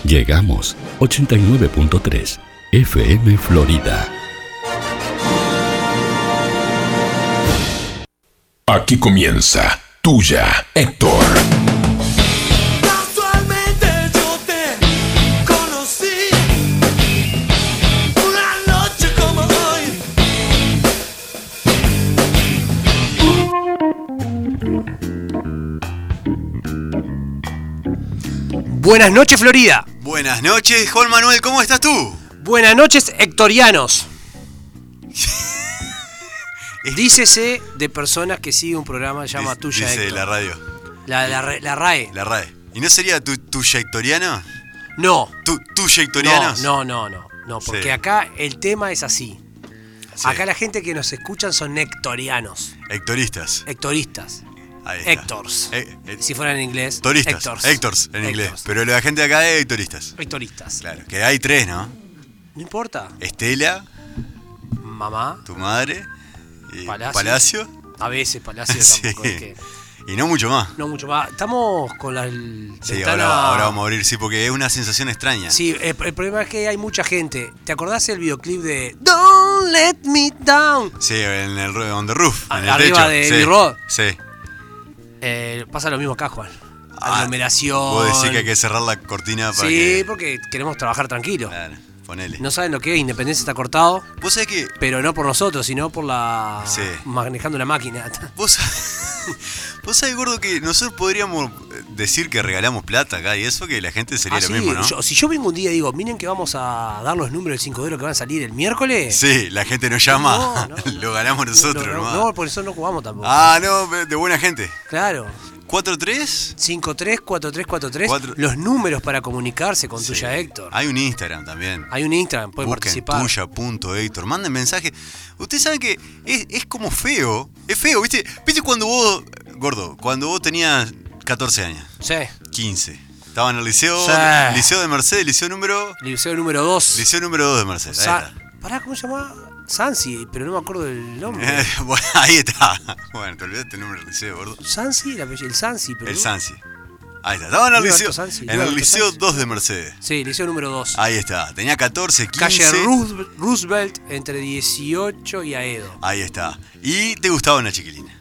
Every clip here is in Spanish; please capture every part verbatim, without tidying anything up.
Llegamos, ochenta y nueve punto tres, F M Florida. Aquí comienza Tuya, Héctor. Casualmente yo te conocí una noche como hoy. Buenas noches, Florida. Buenas noches, Juan Manuel, ¿cómo estás tú? Buenas noches, hectorianos. Dícese de personas que siguen un programa que se llama Tuya, Dice Héctor. la radio. La, la, la, la RAE. La RAE. ¿Y no sería tu, tuya hectoriano? No. ¿Tu, ¿Tuya hectorianos? No, no, no, no. No, porque Sí. acá el tema es así. Sí. Acá la gente que nos escuchan son hectorianos. Hectoristas. Hectoristas. Ahí está. Hectors. Eh, eh, Si fueran en inglés. Hectoristas. Hectors. Hectors en inglés. Hectors. Pero la gente de acá es hectoristas. Hectoristas. Claro, que hay tres, ¿no? No importa. Estela, Mamá. tu madre, y Palacio. Palacio. A veces Palacio Sí. tampoco. Es que Y no mucho más. no mucho más. Estamos con la el- Sí, ventana- ahora, ahora vamos a abrir, sí, porque es una sensación extraña. Sí, el, el problema es que hay mucha gente. ¿Te acordás del videoclip de Don't Let Me Down? Sí, en el on the roof, Ah, en el arriba techo. de sí. Abbey Road. Sí. Eh, pasa lo mismo acá, Juan. Ah, Aglomeración. Vos decís que hay que cerrar la cortina para Sí, que... porque queremos trabajar tranquilo. Claro, ponele. No saben lo que es, Independencia está cortado, Vos sabés que... pero no por nosotros, sino por la... Sí. manejando una máquina. Vos, vos sabés, gordo, que nosotros podríamos decir que regalamos plata acá y eso, que la gente sería Ah, lo sí, mismo, ¿no? yo- si yo vengo un día y digo, miren que vamos a dar los números del cinco de oro que van a salir el miércoles. Sí, la gente nos llama, No, no, lo ganamos nosotros, no, nomás. no, no, por eso no jugamos tampoco. Ah, no, de buena gente. Claro. ¿cuatro tres? cinco tres cuatro tres cuatro tres, Cuatro- los números para comunicarse con Sí. Tuya, Héctor. Hay un Instagram también. Hay un Instagram, pueden Busquen participar. tuya punto héctor, manden mensajes. Ustedes saben que es, es como feo. Es feo, ¿viste? ¿Viste cuando vos, gordo, cuando vos tenías catorce años, Sí. quince, estaba en el liceo, Sí. liceo de Mercedes, liceo número, Liceo número dos. liceo número dos de Mercedes. Ahí Sa- está. Pará, ¿cómo se llama? Sansi, pero no me acuerdo del nombre. Eh, bueno, ahí está. Bueno, te olvidaste el nombre del liceo, gordo. Sansi, el, apellido- el Sansi, pero. El no- Sansi. Ahí está. Estaba en el Luis liceo, Alberto Sansi, en Luis el Alberto liceo Sansi. dos de Mercedes. Sí, Liceo número dos. Ahí está. Tenía catorce, quince. Calle Roosevelt, Roosevelt entre dieciocho y Aedo. Ahí está. Y te gustaba una chiquilina.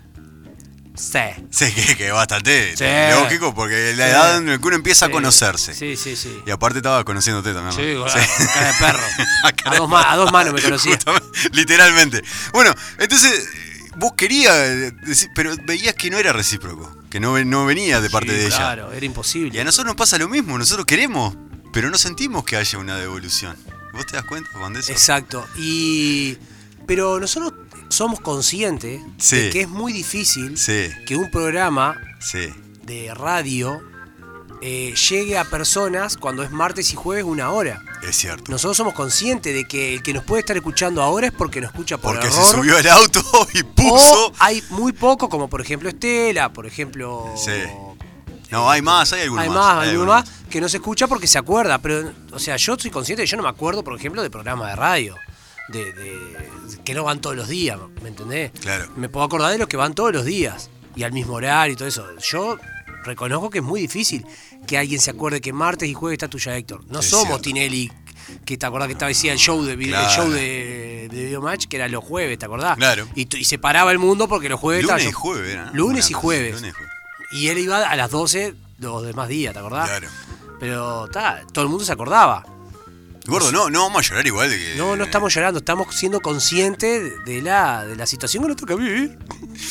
Sí. Sí, que, que bastante Sí. lógico, porque la Sí. edad en la que uno empieza a Sí. conocerse. Sí, sí, sí. Y aparte estaba conociéndote también, ¿no? Sí, con la cara de perro. A cara A de dos, ma- a dos manos me conocía. Justamente, literalmente. Bueno, entonces vos querías decir, pero veías que no era recíproco, que no, no venía de parte Sí, de ella. Claro, era Y imposible. a nosotros nos pasa lo mismo, nosotros queremos, pero no sentimos que haya una devolución. ¿Vos te das cuenta, Juan, de eso? Exacto. Y. Pero nosotros somos conscientes Sí. de que es muy difícil Sí, que un programa sí. de radio eh, llegue a personas cuando es martes y jueves una hora. Es cierto. Nosotros somos conscientes de que el que nos puede estar escuchando ahora es porque nos escucha por Porque error. se subió al auto y O puso. hay muy poco, como por ejemplo Estela, por ejemplo. Sí. No, hay más, hay alguno Hay más. más, hay alguno alguno más que no se escucha porque se acuerda. Pero, o sea, yo soy consciente de que yo no me acuerdo, por ejemplo, de programas de radio. De, de- que no van todos los días, ¿me entendés? Claro. Me puedo acordar de los que van todos los días. Y al mismo horario y todo eso. Yo reconozco que es muy difícil que alguien se acuerde que martes y jueves está Tuya, Héctor. No Es somos cierto. Tinelli, que te acordás que estaba decía el show de video, Claro. el show de, de Videomatch, que era los jueves, ¿te acordás? Claro. Y, t- y se paraba el mundo porque los jueves Lunes estaba y yo- jueves, era, ¿no? Lunes y Una- jueves. lunes y jueves. Y él iba a las doce los demás días, ¿te acordás? Claro. Pero ta, todo el mundo se acordaba. Gordo, no, no vamos a llorar igual de que. No, no estamos llorando, estamos siendo conscientes de la, de la situación que nos toca vivir.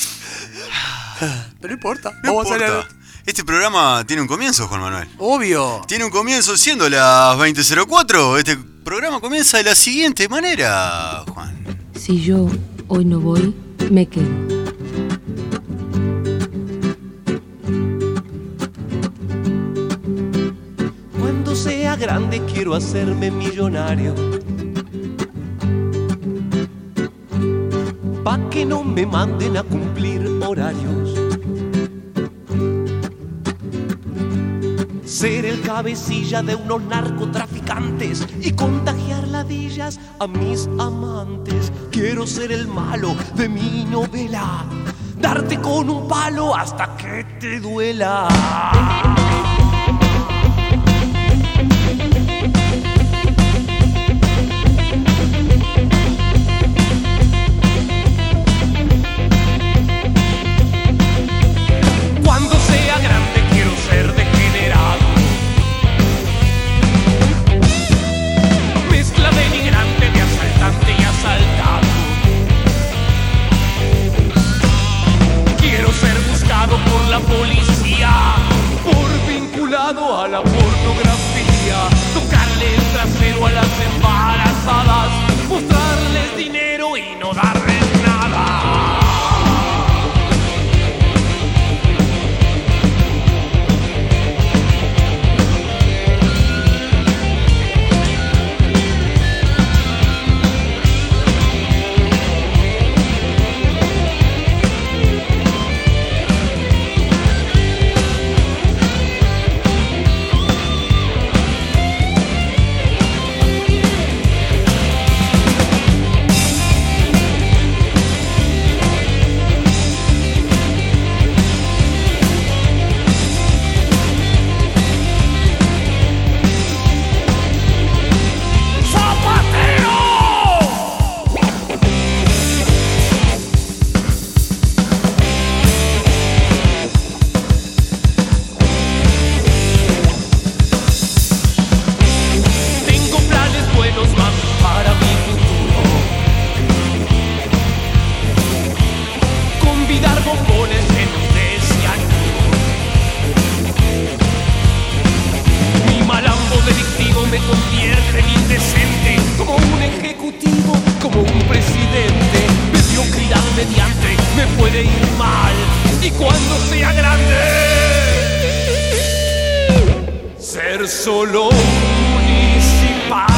Pero no importa, No vamos a salir importa. a- Este programa tiene un comienzo, Juan Manuel. Obvio. Tiene un comienzo siendo las veinte cero cuatro. Este programa comienza de la siguiente manera, Juan. Si yo hoy no voy, me quedo. Cuando sea grande quiero hacerme millonario. Pa' que no me manden a cumplir horarios. Ser el cabecilla de unos narcotraficantes y contagiar ladillas a mis amantes. Quiero ser el malo de mi novela, darte con un palo hasta que te duela. mal. Y cuando sea grande, ser solo municipal.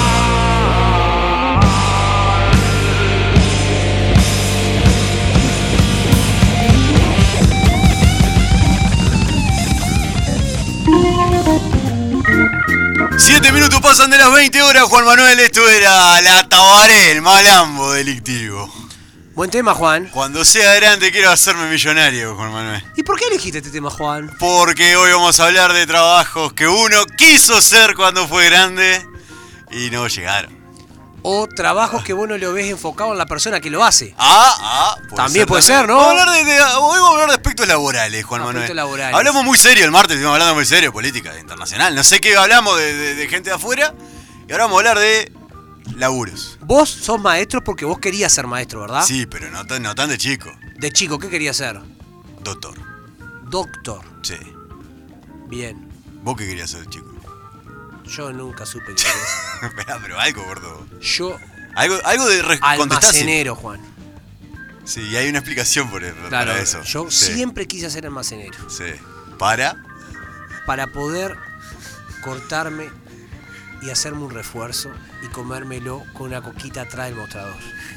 Siete minutos pasan de las veinte horas, Juan Manuel. Esto era La Tabaré, el malambo delictivo. Buen tema, Juan. Cuando sea grande quiero hacerme millonario, Juan Manuel. ¿Y por qué elegiste este tema, Juan? Porque hoy vamos a hablar de trabajos que uno quiso ser cuando fue grande y no llegaron. O trabajos que vos no lo ves enfocado en la persona que lo hace. Ah, ah, puede También ser, puede también. ser, ¿no? Vamos a hablar de, de- hoy vamos a hablar de aspectos laborales, Juan Aspectos Manuel. laborales. Hablamos muy serio el martes, estuvimos hablando muy serio, política internacional. No sé qué hablamos de, de- de gente de afuera. Y ahora vamos a hablar de laburos. Vos sos maestro porque vos querías ser maestro, ¿verdad? Sí, pero no tan, no tan de chico. De chico, ¿qué querías ser? Doctor. Doctor. Sí. Bien. ¿Vos qué querías ser de chico? Yo nunca supe qué quería ser. Esperá, pero algo, gordo. Yo, Algo, algo de re- contestá, sí. almacenero, Juan. Sí, y hay una explicación por, Claro, para eso. yo Sí, siempre quise ser almacenero. Sí. ¿Para? Para poder cortarme y hacerme un refuerzo y comérmelo con una coquita atrás del mostrador.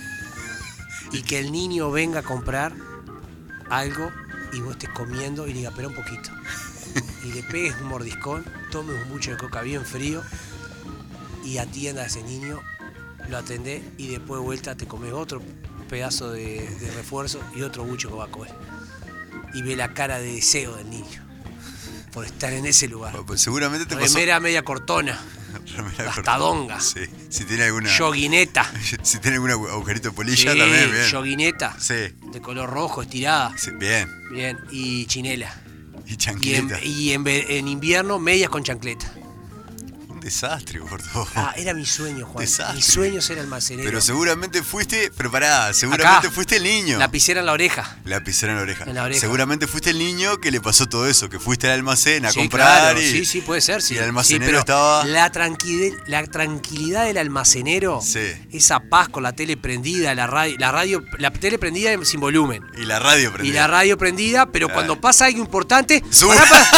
Y que el niño venga a comprar algo y vos estés comiendo y le diga, espera un poquito. Y le pegues un mordiscón, tomes un buche de coca bien frío y atienda a ese niño, lo atendés y después de vuelta te comes otro pedazo de, de refuerzo y otro buche que va a comer. Y ve la cara de deseo del niño por estar en ese lugar. Pues seguramente te pasó. Remera media cortona, Remera gastadonga, corta. Sí. Si tiene alguna. yoguineta. Si tiene algún agu- agujerito de polilla Sí, también, bien. yoguineta. Sí. De color rojo, estirada. Sí, bien. Bien. Y chinela. Y Y, en, chanquileta. y en, ve- en invierno, medias con chancleta. Un desastre, gordo. Ah, era mi sueño, Juan. Desastre. Mi sueño es ser almacenero. Pero seguramente fuiste. Pero pará, seguramente Acá, fuiste el niño. lapicera en la oreja. Lapicera en la oreja. En la oreja. Seguramente fuiste el niño que le pasó todo eso, que fuiste al almacén a Sí, comprar claro, y. sí, sí, puede ser, sí. y el almacenero Sí, pero estaba- La tranquilidad, la tranquilidad del almacenero, Sí. esa paz con la tele prendida, la radio, la radio, la tele prendida sin volumen. Y la radio Y prendida. la radio prendida, pero Claro. cuando pasa algo importante. Sube. pará, pará.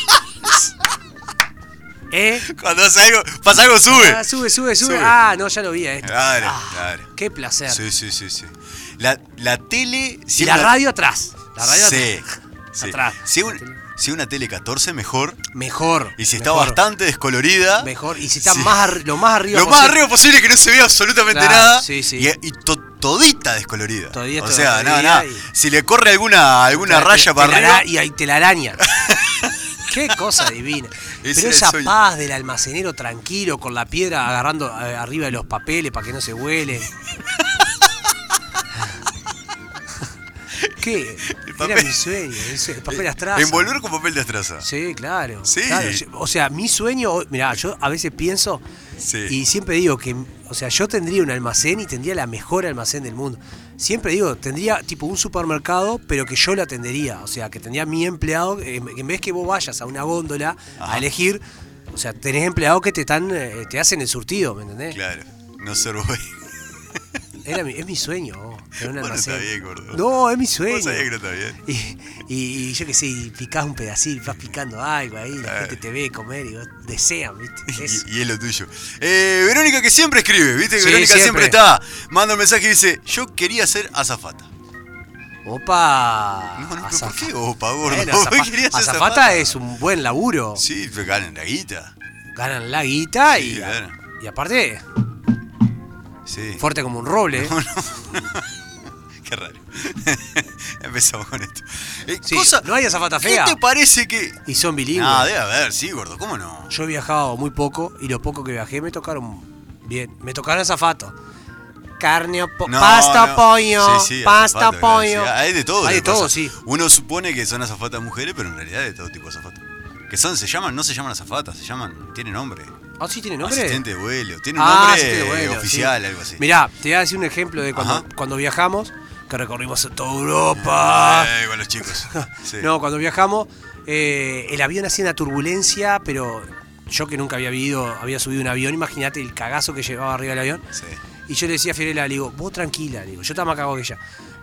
¿Eh? Cuando hace algo, pasa algo, sube. Ah, sube, sube, sube. Sube. Ah, no, ya lo vi a esto. Claro, Ah, claro. Qué placer. Sí, sí, sí, sí. La, la tele. Y si la una- radio atrás. La radio sí, atrás. sí. Atrás. Si, un- si una tele catorce, mejor. Mejor. Y si está mejor, bastante descolorida. Mejor. Y si está Sí. más arri- lo más arriba Lo más posible. arriba posible, que no se vea absolutamente Claro, nada. sí, sí. Y, y to- todita descolorida. Todita o sea, nada, descolorida nada. y- Si le corre alguna, alguna Te- raya te- para te la arriba. ara- Y ahí te la araña. Qué cosa divina. Ese Pero era esa el sueño. paz del almacenero tranquilo, con la piedra agarrando eh, arriba de los papeles para que no se huele. ¿Qué? El Era papel. mi sueño, ese- el papel astraza. Envolver con papel de astraza. Sí, claro. Sí. claro. Yo- O sea, mi sueño, mirá, yo a veces pienso Sí. y siempre digo que, o sea, yo tendría un almacén y tendría la mejor almacén del mundo. Siempre digo, tendría tipo un supermercado, pero que yo lo atendería. O sea, que tendría mi empleado, eh, en vez que vos vayas a una góndola Ajá. a elegir, o sea, tenés empleados que te están, eh, te hacen el surtido, ¿me entendés? Claro. No ser boy. Era mi- es mi sueño, oh, tener un Bueno, almacén. está bien, gordo. No, es mi sueño. Vos sabías que no está bien. Y, y- y yo qué sé, y picás un pedacito, vas picando algo ahí, la Claro. gente te ve comer y vos desean, ¿viste? Eso. Y, y es lo tuyo. Eh, Verónica, que siempre escribe, ¿viste? Que Sí, Verónica siempre. siempre. está. Manda un mensaje y dice: Yo quería ser azafata. Opa. No, no, pero Azaf- ¿por qué opa, gordo? Bueno, ¿Vos azafa- querías ser azafata azafata? es un buen laburo. Sí, pero ganan la guita. Ganan la guita Sí, y, claro. y aparte, Sí. fuerte como un roble. ¿eh? No, no. Qué raro. Empezamos con esto. Eh, Sí, cosa- no hay azafata ¿Qué fea. te parece que.? Y son bilingües. Ah, debe haber, sí, gordo, ¿cómo no? Yo he viajado muy poco y lo poco que viajé me tocaron bien. Me tocaron azafatos. Carne, o po- No, pasta, no. pollo, Sí, sí, pasta, azafata, claro, pollo. sí, hay de todo. Hay lo de que pasa. todo, sí. Uno supone que son azafatas mujeres, pero en realidad hay de todo tipo de azafatas. Que son, se llaman, no se llaman azafatas, se llaman, tiene nombre. Ah, sí, tiene nombre. Asistente de vuelo, tiene un Ah, nombre asistente de vuelo, oficial, sí. algo así. Mirá, te voy a decir un ejemplo de cuando, Ajá. cuando viajamos, que recorrimos toda Europa. Eh, con los chicos. Sí. No, cuando viajamos, eh, el avión hacía una turbulencia, pero yo que nunca había vivido, había subido un avión, imagínate el cagazo que llevaba arriba del avión. Sí. Y yo le decía a Fiorella, le digo, vos tranquila, le digo, yo estaba más cagado que ella.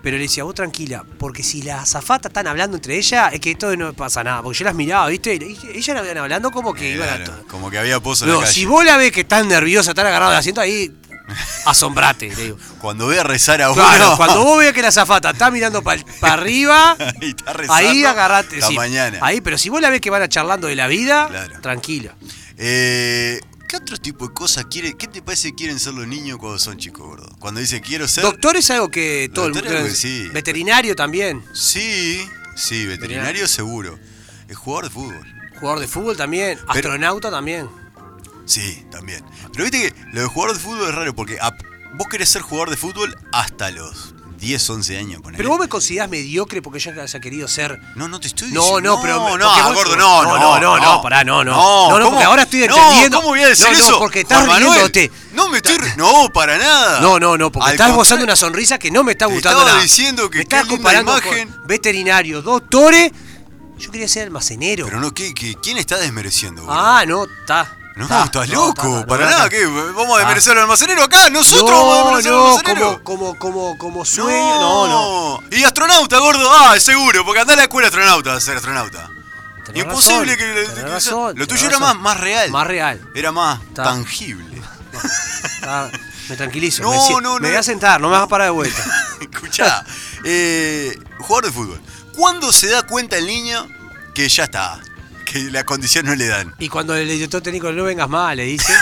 Pero le decía, vos tranquila, porque si las azafatas están hablando entre ellas, es que esto no pasa nada. Porque yo las miraba, ¿viste? Y ellas la iban hablando como que Eh, iban claro, a todo. como que había pozo en No, la calle. si vos la ves que están nerviosas, están agarradas del asiento, ahí asombrate, le digo. Cuando ve a rezar a uno. Claro, cuando vos veas que la azafata está mirando para arriba, y está rezando, ahí agarrate. hasta Sí, mañana. ahí, pero si vos la ves que van a charlando de la vida, Claro. tranquila. Eh, ¿Qué otro tipo de cosas quiere? ¿Qué te parece que quieren ser los niños cuando son chicos, gordo? Cuando dice quiero ser. Doctor es algo que todo el Doctor mundo. es algo que sí. Veterinario también. Sí, sí, veterinario seguro. Es jugador de fútbol. Jugador de fútbol también. Astronauta también. Sí, también. Pero viste que lo de jugador de fútbol es raro porque a- vos querés ser jugador de fútbol hasta los diez, once años. Ponele. Pero vos me considerás mediocre porque yo haya querido ser. No, no te estoy No, diciendo. no, pero. No, porque no, vos- gordo, no, no. no, no, no, pará, no, no. No, No, no, ¿cómo? porque ahora estoy No, entendiendo. ¿cómo voy a decir no, eso? No, porque estás Juan Manuel, riéndote. No, me estoy. No, para nada. No, no, no, porque Al estás contrario, gozando una sonrisa que no me está te gustando estaba nada. diciendo que me estás qué linda comparando imagen. con veterinario, doctores. Yo quería ser almacenero. Pero no, ¿qué, qué, ¿quién está desmereciendo, gordo? Ah, no, está. No, está, estás no, loco, está, no, para no, nada, está. ¿qué? ¿Vamos a Ah. desmerecer al almacenero acá? ¿Nosotros no, vamos a desmerecer al no, almacenero? como, como, como, como sueño. No, no. Y astronauta, gordo, ah, seguro, porque andá a la escuela astronauta a ser astronauta. Tenés Imposible razón, que, tenés que- razón, lo tenés tuyo era razón. más, más real. Más real. Era más Está. tangible. Ah, me tranquilizo. No, me, si- no, me no. voy a sentar, no me vas a parar de vuelta. Escuchá, eh, jugador de fútbol. ¿Cuándo se da cuenta el niño que ya está? Que la condición no le dan. Y cuando el director técnico no vengas más, le dice.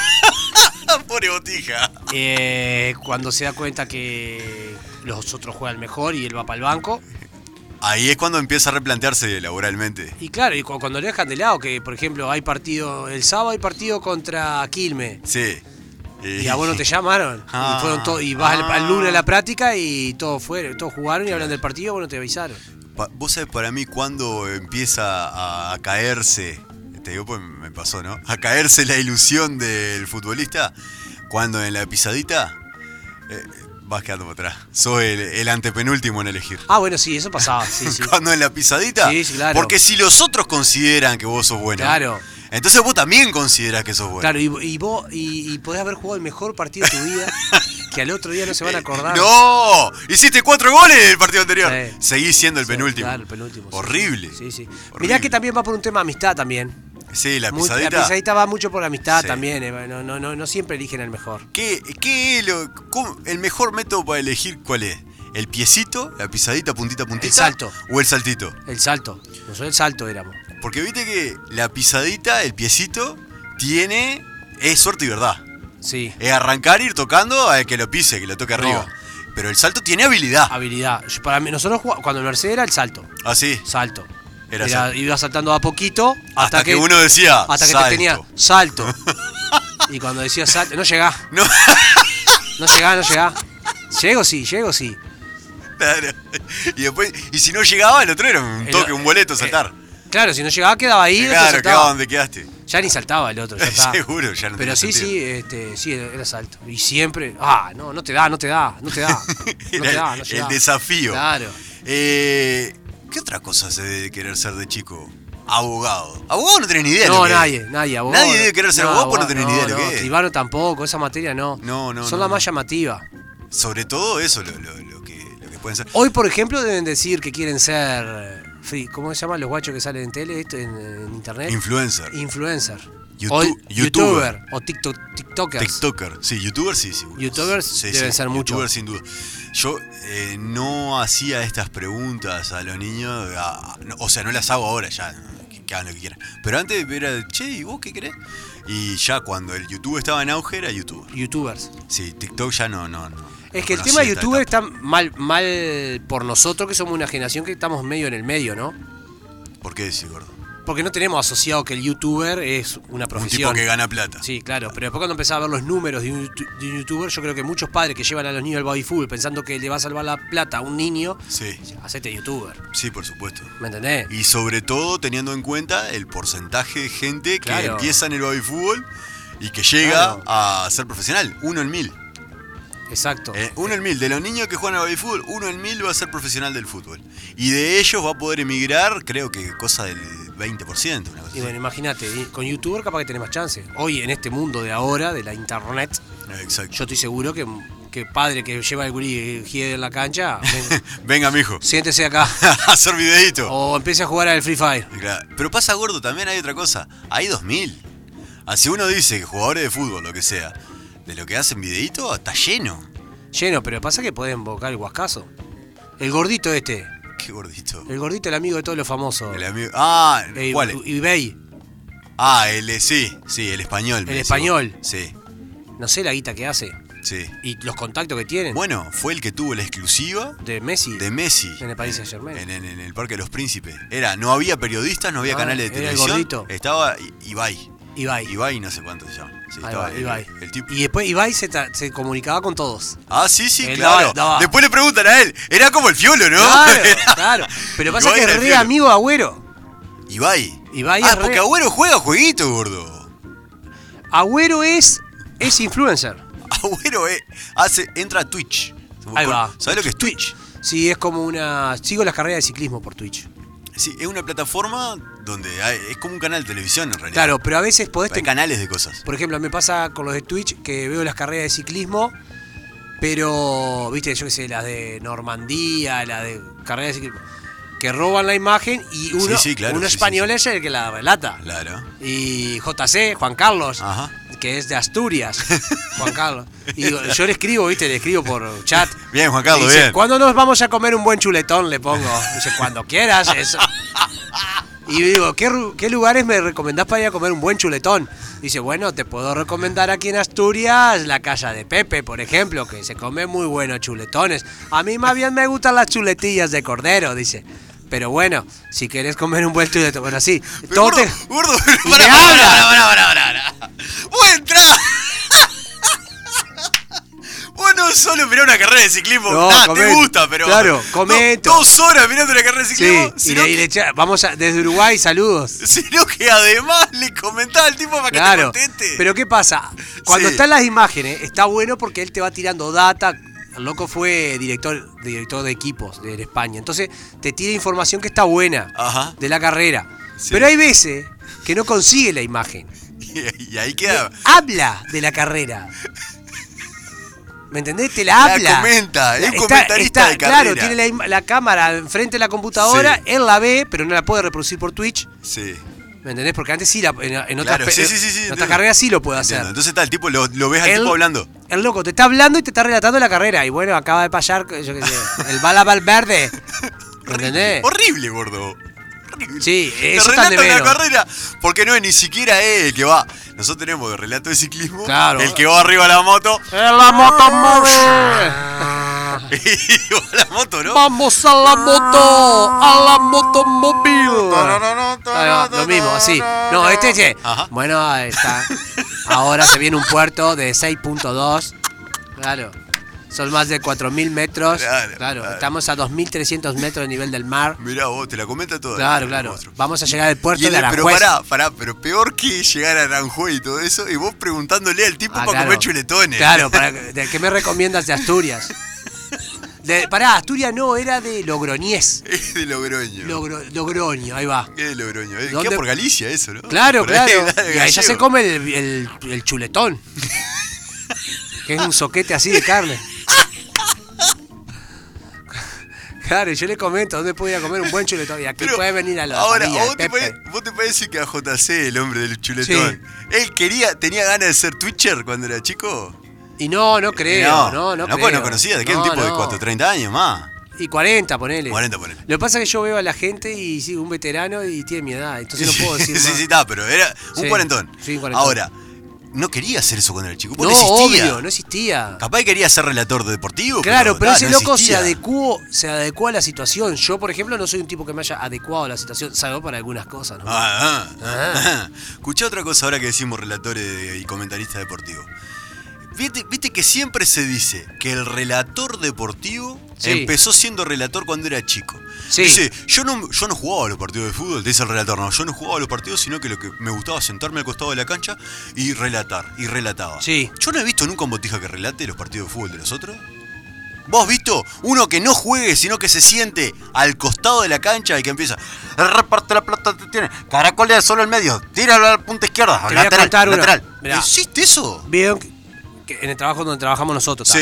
Pobre botija. eh, cuando se da cuenta que los otros juegan mejor y él va para el banco. Ahí es cuando empieza a replantearse laboralmente. Y claro, y cu- cuando le dejan de lado, que por ejemplo hay partido, el sábado hay partido contra Quilmes. Sí. Y a vos no te llamaron. Ah, y fueron to- y vas al, ah. al lunes a la práctica y todos fueron, todos jugaron y hablan del partido, vos no te avisaron. Pa- Vos sabés para mí cuando empieza a, a caerse, te digo pues me pasó, ¿no? A caerse la ilusión del futbolista, cuando en la pisadita eh, vas quedando para atrás. Sos el, el antepenúltimo en elegir. Ah, bueno, sí, eso pasaba, sí, sí. Cuando en la pisadita, Sí, sí, claro. porque si los otros consideran que vos sos bueno, Claro. entonces vos también considerás que sos bueno. Claro, y, y vos y, y podés haber jugado el mejor partido de tu vida, que al otro día no se van a acordar. ¡No! Hiciste cuatro goles en el partido anterior. Sí. Seguís siendo el Sí, penúltimo. Claro, el penúltimo. sí. Horrible. Sí, sí. Horrible. Mirá que también va por un tema de amistad también. Sí, la Muy- pisadita. la pisadita va mucho por la amistad Sí. también. eh, No, no, no, no siempre eligen el mejor. ¿Qué, qué es lo, cómo- el mejor método para elegir cuál es? ¿El piecito, la pisadita, puntita, puntita? El salto. ¿O el saltito? El salto. Nosotros el salto éramos. Porque viste que la pisadita, el piecito, tiene. Es suerte y verdad. Sí. Es arrancar, ir tocando al que lo pise, que lo toque No. arriba. Pero el salto tiene habilidad. Habilidad. Yo- para mí, nosotros jugá- cuando en Mercedes era el salto. Ah, sí. Salto. Era Era- salto. iba saltando a poquito hasta, Hasta que uno decía, Hasta que salto. te tenía salto. Y cuando decía salto, no llegás. No. No llegás, no llegás. Llego sí, llego sí. Claro. Y después, y si no llegaba, el otro era un El- toque, un boleto, eh, saltar. Claro, si no llegaba quedaba ahí. después claro, saltaba. quedaba donde quedaste. Ya ni saltaba el otro, ya está. Seguro, ya no Pero tenía sí, sentido. sí, este, sí, era salto. Y siempre, ah, no, no te da, no te da, no te da. No Era te da, el- no el llegaba. desafío. Claro. Eh, ¿Qué otra cosa se debe querer ser de chico? Abogado. Abogado no tenés ni idea. No, lo que nadie, es. nadie, abogado. Nadie debe querer ser abogado porque no tenés ni idea lo que es. Escribano tampoco, esa materia no. No, no, Son no, la no. más llamativa. Sobre todo eso, lo, lo- lo que, lo que pueden ser. Hoy, por ejemplo, deben decir que quieren ser eh, free. ¿Cómo se llaman los guachos que salen en tele, esto, en, en internet? Influencer. Influencer. Youtu- o youtuber. youtuber. O TikTok, TikTokers. TikToker. Sí, youtuber sí, sí. Youtubers Sí, deben sí, ser mucho. Youtuber sin duda. Yo eh, no hacía estas preguntas a los niños, a- no, o sea, no las hago ahora ya, que, que hagan lo que quieran. Pero antes era, che, ¿y vos qué querés? Y ya cuando el YouTube estaba en auge era youtuber. Youtubers. Sí, TikTok ya no, no, no. Es que el no tema de conocía esta youtuber etapa. está mal, mal por nosotros, que somos una generación que estamos medio en el medio, ¿no? ¿Por qué decís, gordo? Porque no tenemos asociado que el youtuber es una Un profesión. tipo que gana plata. Sí, claro, pero después cuando empezaba a ver los números de un, youtu- de un youtuber, yo creo que muchos padres que llevan a los niños al baby fútbol pensando que le va a salvar la plata a un niño, Sí, dicen, hacete youtuber, sí, por supuesto. ¿me entendés? Y sobre todo teniendo en cuenta el porcentaje de gente que Claro. empieza en el baby fútbol y que llega Claro. a ser profesional. Uno en mil. Exacto. Eh, uno en mil. De los niños que juegan al baby fútbol, uno en mil va a ser profesional del fútbol. Y de ellos va a poder emigrar, creo que cosa del veinte por ciento. Una cosa Y bueno, así. imagínate, y con youtuber capaz que tenés más chance. Hoy en este mundo de ahora, de la internet, Exacto. yo estoy seguro que que padre que lleva el gurí en la cancha, venga, venga mijo, siéntese acá a hacer videíto. O empiece a jugar al Free Fire. Claro. Pero pasa, gordo, también hay otra cosa. Hay dos mil. Así uno dice que jugadores de fútbol, lo que sea, de lo que hacen videíto, está lleno. Lleno, pero pasa que pueden invocar el Huascazo. El gordito este. Qué gordito. El gordito, el amigo de todos los famosos. El amigo. Ah, el, ¿cuál es? eBay. Ah, el sí, sí, el español. El español. Sí. No sé la guita que hace. Sí. Y los contactos que tienen. Bueno, fue el que tuvo la exclusiva de Messi. De Messi. En el Paris Saint-Germain. En, en, en el Parque de los Príncipes. Era, no había periodistas, no había ah, canales de era televisión. El gordito. Estaba Ibai. Ibai. Ibai no sé cuánto se llama. Sí, estaba va, el, Ibai. El tipo. Y después Ibai se, se comunicaba con todos. Ah, sí, sí, él claro. daba, daba. Después le preguntan a él. Era como el Fiolo, ¿no? Claro, claro. Pero pasa Ibai que es re Fiolo. amigo de Agüero. Ibai. Ibai ah, es porque re... Agüero juega jueguito, gordo. Agüero es, es influencer. Agüero es, hace, entra a Twitch. Ahí va. ¿Sabes lo que es Twitch? Sí, es como una... Sigo las carreras de ciclismo por Twitch. Sí, es una plataforma donde hay, es como un canal de televisión en realidad. Claro, pero a veces podés... Hay canales de cosas. Por ejemplo, me pasa con los de Twitch que veo las carreras de ciclismo, pero, viste, yo qué sé, las de Normandía, las de carreras de ciclismo, que roban la imagen y uno, sí, sí, claro, uno sí, español sí, es el que la relata. Claro. Y J C, Juan Carlos, Ajá. que es de Asturias, Juan Carlos. Y yo le escribo, viste, le escribo por chat. Bien, Juan Carlos, dice, bien. ¿cuándo nos vamos a comer un buen chuletón? Le pongo. Dice, cuando quieras. Eso. Y digo, ¿qué, ¿qué lugares me recomendás para ir a comer un buen chuletón? Dice, bueno, te puedo recomendar aquí en Asturias la casa de Pepe, por ejemplo, que se come muy buenos chuletones. A mí más bien me gustan las chuletillas de cordero, dice. Pero bueno, si querés comer un buen chuletón, bueno, sí. Pero Todo gordo, te... gordo, y para, me para, habla. para, para, para, para, para. Vos entrás. Vos no solo mirá una carrera de ciclismo, No, nah, comento. te gusta, pero. Claro, comento. No, dos horas mirando una carrera de Sí, ciclismo. y Sino, le, y que, le echa- vamos a, desde Uruguay, saludos. sino que además le comentaba al tipo para que Claro, te conteste. pero ¿qué pasa? Cuando Sí. están las imágenes, está bueno porque él te va tirando data. El loco fue director, director de equipos de España. Entonces te tira información que está buena Ajá. de la carrera. Sí. Pero hay veces que no consigue la imagen. Y, y ahí queda. Habla de la carrera. ¿Me entendés? Te la La habla. comenta, es un Está- comentarista está- de carrera. Claro, tiene la, im- la cámara enfrente de la computadora, Sí. él la ve, pero no la puede reproducir por Twitch. Sí. ¿Me entendés? Porque antes sí, la, en, en otras, Claro, pe- sí, sí, sí, sí, en entiendo. otras carreras sí lo puede hacer. Entiendo. Entonces está el tipo, lo, lo ves al Él- tipo hablando. El loco te está hablando y te está relatando la carrera. Y bueno, acaba de pasar, yo qué sé, el Bala Valverde. ¿Me entendés? Horrible, gordo. Horrible. Sí, Te eso está de relatan la menos. carrera porque no es ni siquiera él el que va. Nosotros tenemos de relato de ciclismo. Claro. El que va arriba a la moto. ¡En la moto Y va a la moto, ¿no? ¡Vamos a la moto! ¡A la motomóvil! Ahí va, lo mismo, así. No, este es. Ajá. Bueno, ahí está. Ahora se viene un puerto de seis punto dos. Claro. Son más de cuatro mil metros. Claro, Claro, claro. estamos a dos mil trescientos metros de nivel del mar. Mirá vos, te la comenta toda. Claro, el claro. monstruo. Vamos a llegar al puerto Y el- de pero Aranjuez. pará, pará, pero peor que llegar a Aranjuez y todo eso, y vos preguntándole al tipo Ah, para claro. comer chuletones. Claro, para, ¿de ¿qué me recomiendas de Asturias? De, pará, Asturias no, era de Logroñés. Es de Logroño. Logro, Logroño, ahí va. Es de Logroño. Eh, ¿Dónde? Queda por Galicia eso, ¿no? Claro, Por ahí, claro. dale, Y ahí ya gallego. se come el, el, el chuletón. Que es un soquete así de carne. Claro, y yo le comento dónde puedo ir a comer un buen chuletón. Y aquí Pero puede venir a la ahora, familia de ¿vos te, Pepe. parece, ¿vos te parece que a J C, el hombre del chuletón, él quería, tenía ganas de ser Twitcher cuando era chico? Y no, no creo, no, no, no, creo. pues no conocía, de que era un No, tipo de no. cuatro, treinta años más. Y cuarenta, ponele. cuarenta, ponele. Lo que pasa es que yo veo a la gente y sí, un veterano y tiene mi edad. Entonces no puedo decir sí, más. sí, está, pero era un Sí, cuarentón. sí, un cuarentón. Ahora, no quería hacer eso cuando era chico, No, porque no existía. obvio, no existía. Capaz que quería ser relator deportivo. Claro, pero ta, ese no loco se existía. adecuó, se adecuó a la situación. Yo, por ejemplo, no soy un tipo que me haya adecuado a la situación, salvo para algunas cosas, ¿no? Ah, ah, Ah. ah. Escuché otra cosa ahora que decimos relatores y comentaristas deportivos. ¿Viste, viste que siempre se dice que el relator deportivo Sí. empezó siendo relator cuando era chico. Sí. Dice, yo no, yo no jugaba a los partidos de fútbol, dice el relator, no, yo no jugaba a los partidos, sino que lo que me gustaba sentarme al costado de la cancha y relatar, y relataba. Sí. Yo no he visto nunca un botija que relate los partidos de fútbol de los otros. ¿Vos has visto uno que no juegue, sino que se siente al costado de la cancha y que empieza, reparte la pelota, tiene, caracolea solo el medio, tíralo a la punta izquierda, Te voy a lateral, contar una. lateral. Mirá. ¿Existe eso? Vieron que, que en el trabajo donde trabajamos nosotros, Sí.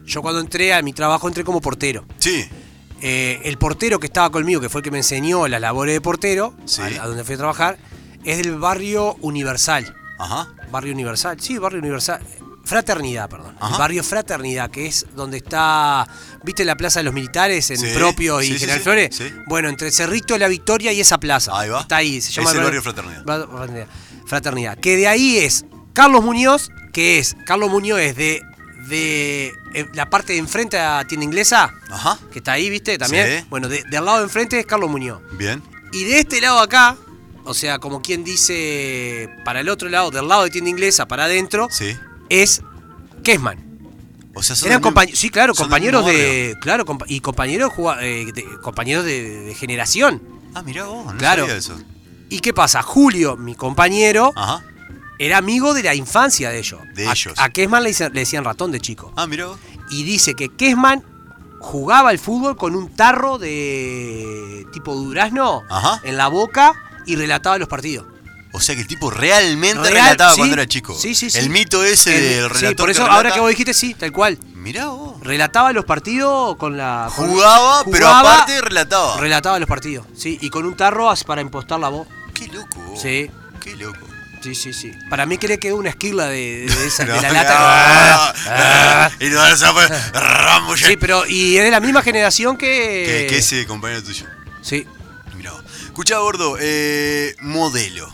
Yo cuando entré a mi trabajo entré como portero. Sí. Eh, el portero que estaba conmigo, que fue el que me enseñó las labores de portero, Sí. a, a donde fui a trabajar, es del barrio Universal. Ajá. Barrio Universal, sí, barrio Universal. Fraternidad, perdón. Ajá. El barrio Fraternidad, que es donde está, ¿viste la Plaza de los Militares en Sí, Propio y sí, sí, General sí, Flores? sí. Bueno, entre Cerrito de la Victoria y esa plaza. Ahí va. Está ahí, se llama Es el barrio Fraternidad. Bar- Fraternidad. Fraternidad. Que de ahí es Carlos Muñoz, que es, Carlos Muñoz es de, de eh, la parte de enfrente a Tienda Inglesa, Ajá. que está ahí, ¿viste? También. Sí. Bueno, de, del lado de enfrente es Carlos Muñoz. Bien. Y de este lado acá, o sea, como quien dice, para el otro lado, del lado de Tienda Inglesa, para adentro, Sí. es Kessman. O sea, son Eran del mismo- compañeros, sí, claro, son del compañeros mismo de, barrio. claro, compa- y compañeros juga- eh, de, compañeros de, de generación. Ah, mirá vos, no Claro. sabía eso. ¿Y qué pasa? Julio, mi compañero, Ajá. era amigo de la infancia de ellos. De a, ellos. A Kessman le, dice- le decían ratón de chico. Ah, mirá vos. Y dice que Kessman jugaba al fútbol con un tarro de tipo durazno Ajá. en la boca y relataba los partidos. O sea que el tipo realmente Real, relataba sí. cuando era chico. Sí, sí, sí. El mito ese El- del relator. Sí, por eso que ahora relata, que vos dijiste, sí, tal cual. Mirá vos. Relataba los partidos con la... con- Jugaba, pero jugaba, aparte relataba. Relataba los partidos, sí. Y con un tarro as- para impostar la voz. Qué loco. vos. Sí. Qué loco. Sí, sí, sí. Para mí que le quedó una esquila de, de esa, de No, la no, lata. ah, Y no se fue. Rambo ya. Sí, pero... Y es de la misma generación que... Que, que ese compañero tuyo. Sí. Mirá vos. Escuchá, gordo, eh, modelo.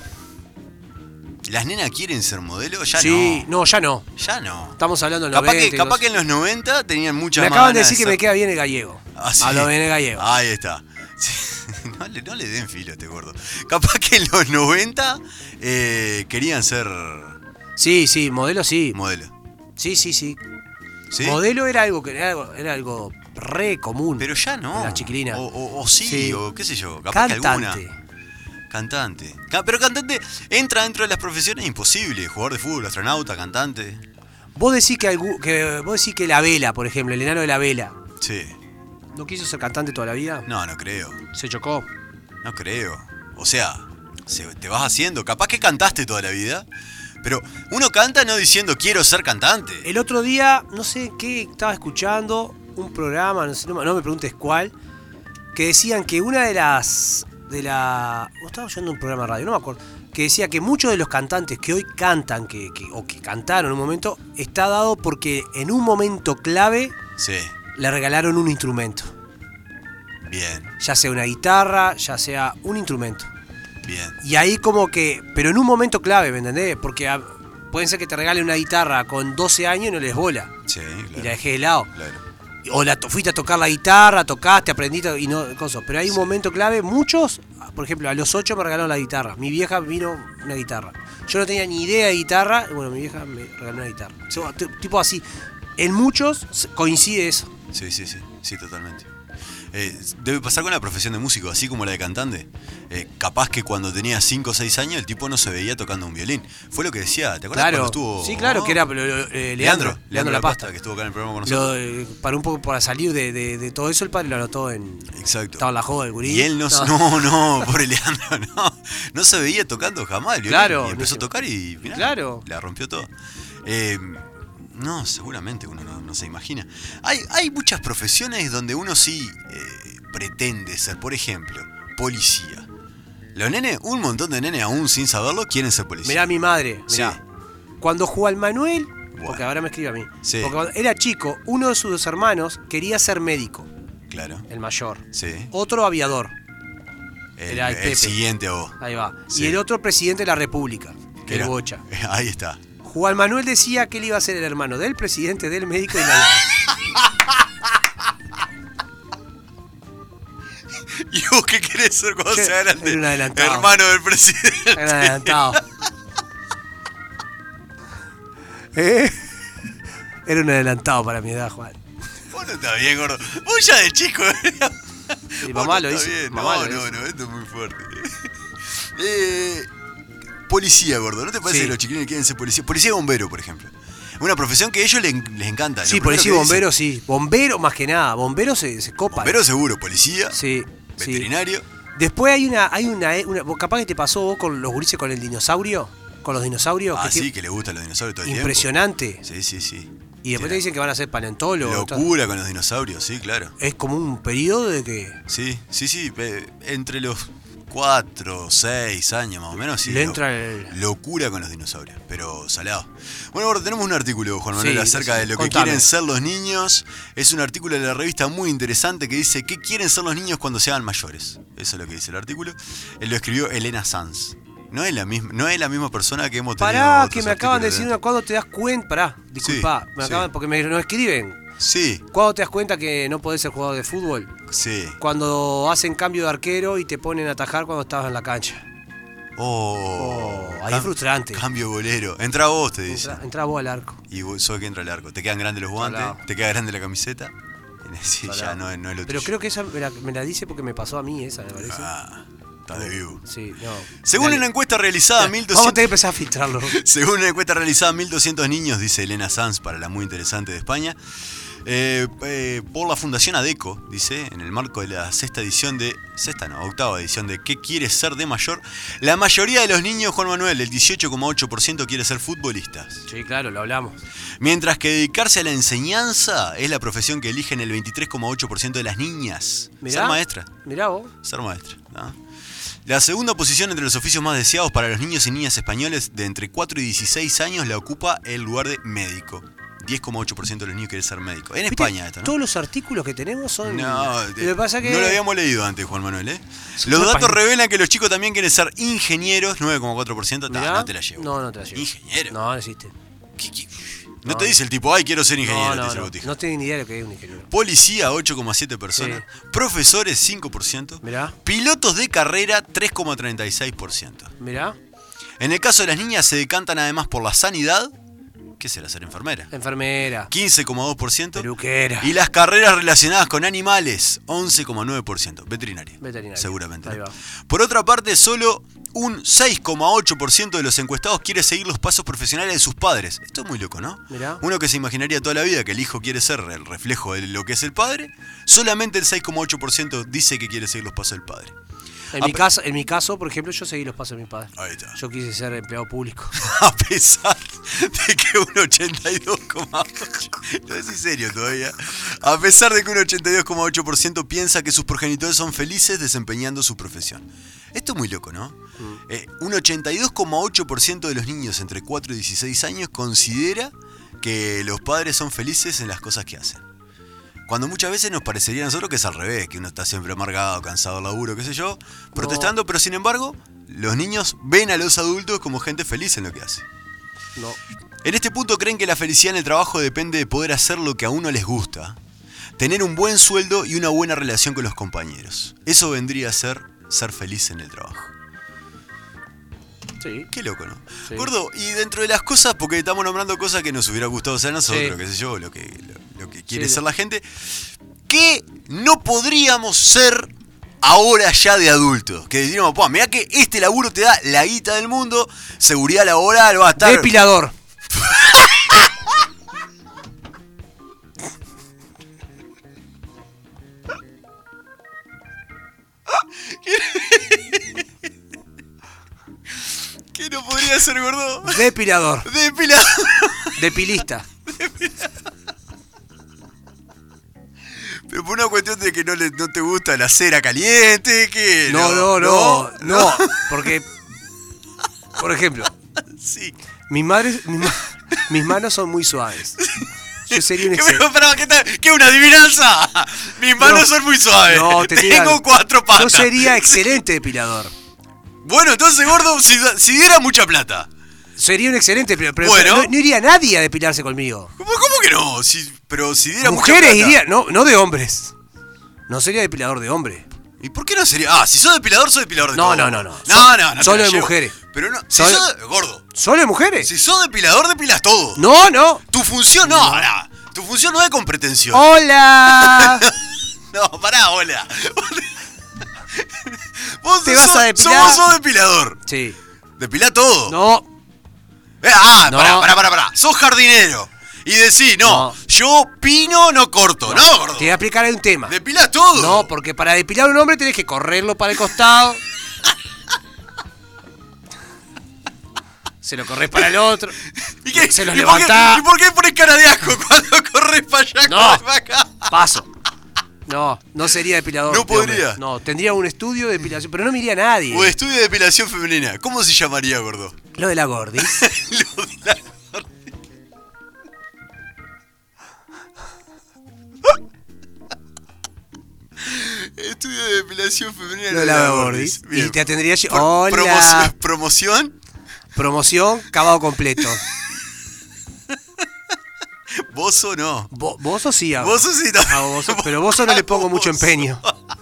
¿Las nenas quieren ser modelo? Ya sí, no. no, ya no. Ya no. Estamos hablando de los Capaz, noventa que, y capaz cosas. que en los noventa tenían muchas Me más acaban de ganas decir que ser- me queda bien el gallego. Ah, sí. Hablo bien el gallego. Ahí está. Sí. No, le, no le den filo a este gordo. Capaz que en los noventa eh, querían ser Sí, sí, modelo sí. modelo. Sí, sí, sí. ¿Sí? Modelo era algo que era algo, era algo re común. Pero ya no. de las chiquilinas. O, o- o sí, Sí. o qué sé yo. Capaz que Cantante. alguna. Cantante. Ca- Pero cantante entra dentro de las profesiones imposibles. Jugador de fútbol, astronauta, cantante. Vos decís que, algú- que vos decís que la Vela, por ejemplo, el enano de la Vela, Sí. ¿no quiso ser cantante toda la vida? No, no creo. Se chocó. No creo. O sea, se- te vas haciendo. Capaz que cantaste toda la vida. Pero uno canta no diciendo quiero ser cantante. El otro día, no sé qué, estaba escuchando un programa, no sé, no, me- no me preguntes cuál, que decían que una de las de la o estaba oyendo un programa de radio, no me acuerdo, que decía que muchos de los cantantes que hoy cantan que, que- o que cantaron en un momento está dado porque en un momento clave Sí. le regalaron un instrumento, Bien, ya sea una guitarra, ya sea un instrumento. bien. Y ahí como que, pero en un momento clave, ¿me entendés? Porque a- pueden ser que te regalen una guitarra con doce años y no les bola Sí, y claro. la dejé de lado. Claro. O la to- fuiste a tocar la guitarra, tocaste, aprendiste y no cosas. Pero hay un Sí. momento clave. Muchos, por ejemplo, a los ocho me regalaron la guitarra. Mi vieja vino una guitarra. Yo no tenía ni idea de guitarra. y Bueno, mi vieja me regaló una guitarra. O sea, t- tipo así. En muchos se- coincide eso. Sí, sí, sí, sí, totalmente. Eh, debe pasar con la profesión de músico, así como la de cantante. Eh, capaz que cuando tenía cinco o seis años el tipo no se veía tocando un violín. Fue lo que decía, ¿te acuerdas Claro. cuando estuvo? Sí, claro, ¿no? que era lo- lo- eh, Leandro, Leandro, Leandro, La Pasta. que estuvo acá en el programa con Lo, nosotros. eh, para un poco para salir de, de- de todo eso, el padre lo anotó en. Exacto. Estaba en la joda del gurí. Y él no, no, no, pobre Leandro, no, no se veía tocando jamás el violín. Claro, Y empezó no a tocar y mirá, Claro. la rompió todo. Eh, no, seguramente uno no, no se imagina. Hay, hay muchas profesiones donde uno sí eh, pretende ser, por ejemplo, policía. Los nenes, un montón de nenes aún sin saberlo, quieren ser policía. Mirá a mi madre, mirá. Sí. Cuando Juan Manuel, Bueno. porque ahora me escribe a mí, Sí. porque cuando era chico, uno de sus dos hermanos quería ser médico, Claro. el mayor. Sí. Otro aviador, El, Era el el Pepe. siguiente a vos. ahí va. Sí. Y el otro presidente de la República, Que el era- Bocha. Ahí está. Juan Manuel decía que él iba a ser el hermano del presidente, del médico y la ¿Y vos qué querés ser cuando Yo- sea grande? era un adelantado. Hermano del presidente. Era adelantado. ¿Eh? Era un adelantado para mi edad, Juan. Vos no estás bien, gordo. Vos ya de chico. Y Vos mamá no lo estás hizo. bien. Mamá No, lo no, hizo. no, esto es muy fuerte. Eh, policía, gordo. ¿No te parece Sí. que los chiquilines quieren ser policía? Policía y bombero, por ejemplo. Una profesión que a ellos les, les encanta. Sí, Lo primero policía y que bombero, dicen, sí. Bombero más que nada. Bombero se, se copa. Bombero seguro, policía, Sí, sí. veterinario. Después hay una, hay una, una, vos capaz que te pasó vos con los gurises con el dinosaurio, con los dinosaurios. Ah, que sí, tiene- que le gustan los dinosaurios todo el impresionante. tiempo. Sí, sí, sí. Y después te dicen que van a ser paleontólogos. Locura con los dinosaurios, sí, claro. Es como un periodo de que... Sí, sí, sí. eh, Entre los cuatro, seis años más o menos, sí. Le lo- entra el... Locura con los dinosaurios, pero salado. Bueno, ahora tenemos un artículo, Juan Manuel, Sí, acerca sí, de lo que contame. quieren ser los niños. Es un artículo de la revista muy interesante que dice ¿qué quieren ser los niños cuando sean mayores? Eso es lo que dice el artículo. Él lo escribió Elena Sanz. No es la misma, no es la misma persona que hemos tenido. Pará, otros que me acaban de artículos decir una... ¿Cuándo te das cuenta? Pará, disculpa. Sí, me sí. acaban... Porque me nos escriben. Sí, ¿Cuándo te das cuenta que no podés ser jugador de fútbol? sí. Cuando hacen cambio de arquero y te ponen a atajar cuando estabas en la cancha. Oh, Oh, ahí es frustrante. Cambio bolero. Entra vos, te dice. Entra, entra vos al arco. Y vos sos el que entra al arco. Te quedan grandes los guantes, Salado. te queda grande la camiseta. Y sí, ya Salado. no, es- no es lo Pero tuyo. creo que esa me la, me la dice porque me pasó a mí esa, me parece. Ah, está de vivo. Sí, no. Según Dale. una encuesta realizada a Vamos a mil doscientos... tener que empezar a filtrarlo. Según una encuesta realizada a mil doscientos niños, dice Elena Sanz para la muy interesante de España, eh, eh, por la Fundación ADECO, dice, en el marco de la sexta edición de, sexta no, octava edición de ¿Qué quieres ser de mayor? La mayoría de los niños, Juan Manuel, el dieciocho coma ocho por ciento quiere ser futbolistas. Sí, claro, lo hablamos. Mientras que dedicarse a la enseñanza es la profesión que eligen el veintitrés coma ocho por ciento de las niñas. Mirá. Ser maestra. Mirá vos. Ser maestra. ¿no? La segunda posición entre los oficios más deseados para los niños y niñas españoles de entre cuatro y dieciséis años la ocupa el lugar de médico. diez coma ocho por ciento de los niños quieren ser médico. En ¿Viste? España esto, ¿no? Todos los artículos que tenemos son... No, Lo que pasa que... no lo habíamos leído antes, Juan Manuel. ¿eh? Son Los datos españoles. revelan que los chicos también quieren ser ingenieros, nueve coma cuatro por ciento. Ta, Mirá. no te la llevo. No, no te la llevo. Ingeniero. No, no existe. ¿Qué- qué? No, No. te dice el tipo, ay, quiero ser ingeniero, no, te no, dice el no, botija. no tengo ni idea de lo que es un ingeniero. Policía, ocho coma siete personas. Sí. Profesores, cinco por ciento. Mirá, Pilotos de carrera, tres coma treinta y seis por ciento. mirá. En el caso de las niñas se decantan además por la sanidad. ¿Qué será ser enfermera? Enfermera, quince coma dos por ciento. peluquera. Y las carreras relacionadas con animales, once coma nueve por ciento. Veterinaria. Veterinaria. Seguramente. Ahí ¿no? va. Por otra parte, solo un seis coma ocho por ciento de los encuestados quiere seguir los pasos profesionales de sus padres. Esto es muy loco, ¿no? Mirá. Uno que se imaginaría toda la vida que el hijo quiere ser el reflejo de lo que es el padre, solamente el seis coma ocho por ciento dice que quiere seguir los pasos del padre. En, Ah, mi pe- caso, en mi caso, por ejemplo, yo seguí los pasos de mi padre. Ahí está. Yo quise ser empleado público. A pesar de que un ochenta y dos coma ocho por ciento, no es serio todavía, a pesar de que un ochenta y dos coma ocho por ciento piensa que sus progenitores son felices desempeñando su profesión. Esto es muy loco, ¿no? Mm. Eh, un ochenta y dos coma ocho por ciento de los niños entre cuatro y dieciséis años considera que los padres son felices en las cosas que hacen. Cuando muchas veces nos parecería a nosotros que es al revés, que uno está siempre amargado, cansado del laburo, qué sé yo, protestando, pero sin embargo, los niños ven a los adultos como gente feliz en lo que hace. No. En este punto creen que la felicidad en el trabajo depende de poder hacer lo que a uno les gusta, tener un buen sueldo y una buena relación con los compañeros. Eso vendría a ser ser feliz en el trabajo. Sí. Qué loco, ¿no? Sí. Gordo, y dentro de las cosas, porque estamos nombrando cosas que nos hubiera gustado ser a nosotros, Sí. qué sé yo, lo que, lo, lo que quiere Sí, ser lo- la gente, ¿qué no podríamos ser ahora ya de adultos? Que diríamos, pues, mirá que este laburo te da la guita del mundo, seguridad laboral, va a estar... Depilador. ¿Qué no podría ser, gordo? Depilador. Depilador. Depilista. Pero por una cuestión de que no, le, no te gusta la cera caliente, que... No, no, no. No, porque... Por ejemplo, Sí. mis madres... Mis, ma- mis manos son muy suaves. Yo sería un ¿Qué, excel- pero, pero, ¿qué, tal? ¿Qué, una adivinanza? Mis manos No. son muy suaves. No, te Tengo digo- cuatro patas. Yo sería excelente depilador. Bueno, entonces, gordo, si, si diera mucha plata. Sería un excelente depilador. Pero, Bueno. pero no, no iría nadie a depilarse conmigo. ¿Cómo, cómo que no? Si, pero si diera Mujeres mucha plata. irían, no, no de hombres. No sería depilador de hombre. ¿Y por qué no sería? Ah, si sos depilador, sos depilador de No, todo. no, no, no. No, So- no, no. te solo la de llevo. mujeres. Pero no, si Solo- sos... Gordo. ¿Solo de mujeres? Si sos depilador, depilas todo. No, no. Tu función, no, no. Tu función no es con pretensión. Hola. No, pará, hola. Vos Te sos, vas a depilar. Vos sos depilador. Sí. Depilá todo. No. Eh, ah, No. pará, pará, pará, pará. Sos jardinero. Y decís, no, No. yo pino, no corto. No, gordo. Te voy a explicar un tema. Depilás todo. No, porque para depilar a un hombre tenés que correrlo para el costado. Se lo corres para el otro. ¿Y qué? Se los ¿Y por qué- levantá. ¿Y por qué pones cara de asco cuando corres para allá? No. corres para acá? Paso. No, no sería depilador. No este hombre. podría. No, tendría un estudio de depilación, pero no me iría nadie. O estudio de depilación femenina. ¿Cómo se llamaría, gordo? Lo de la gordis. Lo de la- Estudio de depilación femenina. Lo de la gordis. Bien. Y te atendería allí. Pro- Hola. promoción- ¿Promoción? Promoción, cavado completo. ¿Bozo no? Bo- Bozo sí hago. Bozo sí también. Hago bozo, pero bozo no le pongo mucho Bozo. empeño.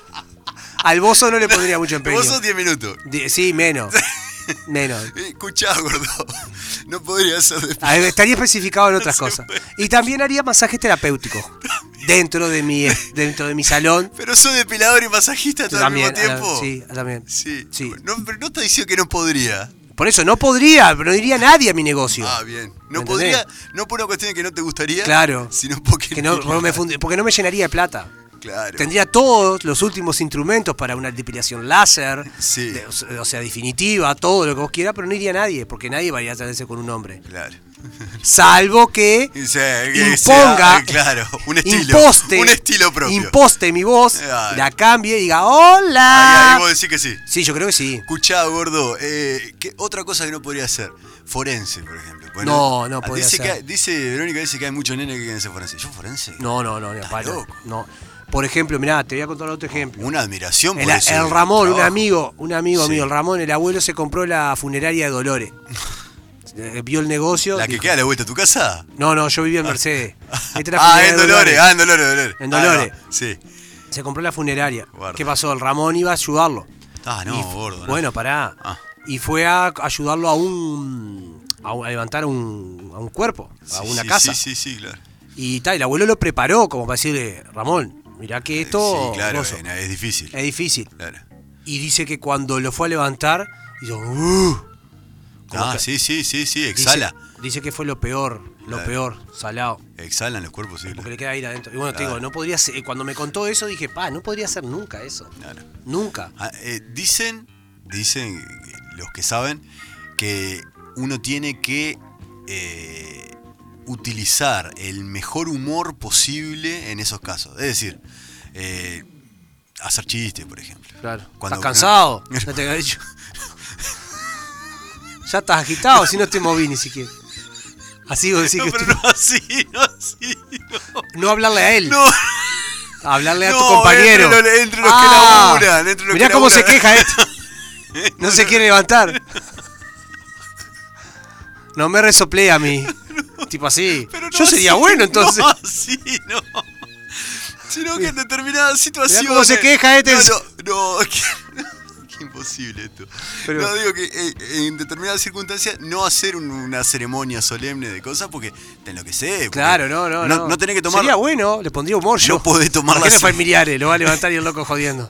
Al bozo no le pondría mucho empeño. Bozo diez minutos. Di- Sí, menos. Menos. Eh, Escuchá, gordo. No podría ser de... A ver, estaría especificado en otras Se cosas. puede. Y también haría masajes terapéuticos. Dentro de mi, dentro de mi salón. Pero soy depilador y masajista todo También. al mismo tiempo. a- Sí, también. Sí. Sí. No, pero no está diciendo que no podría. Por eso no podría, pero no iría nadie a mi negocio. Ah, bien. No ¿Me podría, entendés? no por una cuestión de que no te gustaría. Claro. Sino porque Que no, iría. porque, me fundi- porque no me llenaría de plata. Claro. Tendría todos los últimos instrumentos para una depilación láser, Sí. de- o sea, definitiva, todo lo que vos quieras, pero no iría nadie, porque nadie va a ir a atenderse con un hombre. Claro. Salvo que Y sea- que imponga, sea, claro, un estilo. imposte, Un estilo propio. imposte mi voz, Claro. la cambie y diga, Ahí, ¡hola! ahí vos decís que sí. Sí, yo creo que sí. Escuchá, gordo, eh, ¿qué otra cosa que no podría hacer? Forense, por ejemplo. No, no ah, podría dice ser. Que, hay- dice, Verónica dice que hay muchos nenes que quieren ser forense. ¿Yo forense? No, no, no, ni a Estás palo. loco. No. Por ejemplo, mirá, te voy a contar otro ejemplo. Una admiración por El, ese el Ramón, un trabajo. amigo, un amigo Sí. mío, el Ramón, el abuelo se compró la funeraria de Dolores. Eh, Vio el negocio. ¿La que dijo- queda a la vuelta a tu casa? No, no, yo vivía en Mercedes. Esta es la Ah, funeraria en de Dolores, ah, en Dolores, Dolores. En Ah, Dolores. no, sí. Se compró la funeraria. Guarda. ¿Qué pasó? El Ramón iba a ayudarlo. Ah, no, Y- gordo. no. Bueno, pará. Ah. Y fue a ayudarlo a un. a, un- a levantar un, a un cuerpo, a Sí, una sí, casa. Sí, sí, sí, claro. Y tal, el abuelo lo preparó como para decirle, Ramón, mirá que esto Sí, claro, grosso, es, es difícil. es difícil. Claro. Y dice que cuando lo fue a levantar, hizo. "Uh", como Ah, que- sí, sí, sí, sí, dice- exhala. Dice, que fue lo peor, lo Claro. peor, salado. Exhalan los cuerpos, sí. Porque Claro. le queda aire adentro. Y bueno, te Claro. digo, no podría ser. Cuando me contó eso dije, pa, no podría ser nunca eso. Claro. Nunca. Ah, eh, dicen, dicen eh, los que saben que uno tiene que eh, utilizar el mejor humor posible en esos casos. Es decir, eh, hacer chistes, por ejemplo. Claro. Cuando- ¿Estás cansado? Ya te había dicho. Ya estás agitado, si no te moví ni siquiera. Así vos decís No, que pero estoy- no así, no así, no. no hablarle a él, No, hablarle a tu no, compañero. Entre los, entre los Ah, que laburan, entre los mirá que cómo se laburan. queja esto. No se quiere levantar. No me resoplé a mí. Tipo así. Pero no Yo sería así, bueno entonces. No así, no. Sino que en determinadas situaciones. cómo se queja este. No, no, no, qué, qué imposible esto. Pero- no, digo que eh, en determinadas circunstancias no hacer un- una ceremonia solemne de cosas porque te enloquecés. porque Claro, no, no, no. No tenés que tomar. Sería bueno, le pondría humor yo. No podés tomar ¿Por qué la- no familiares? Lo va a levantar y el loco jodiendo.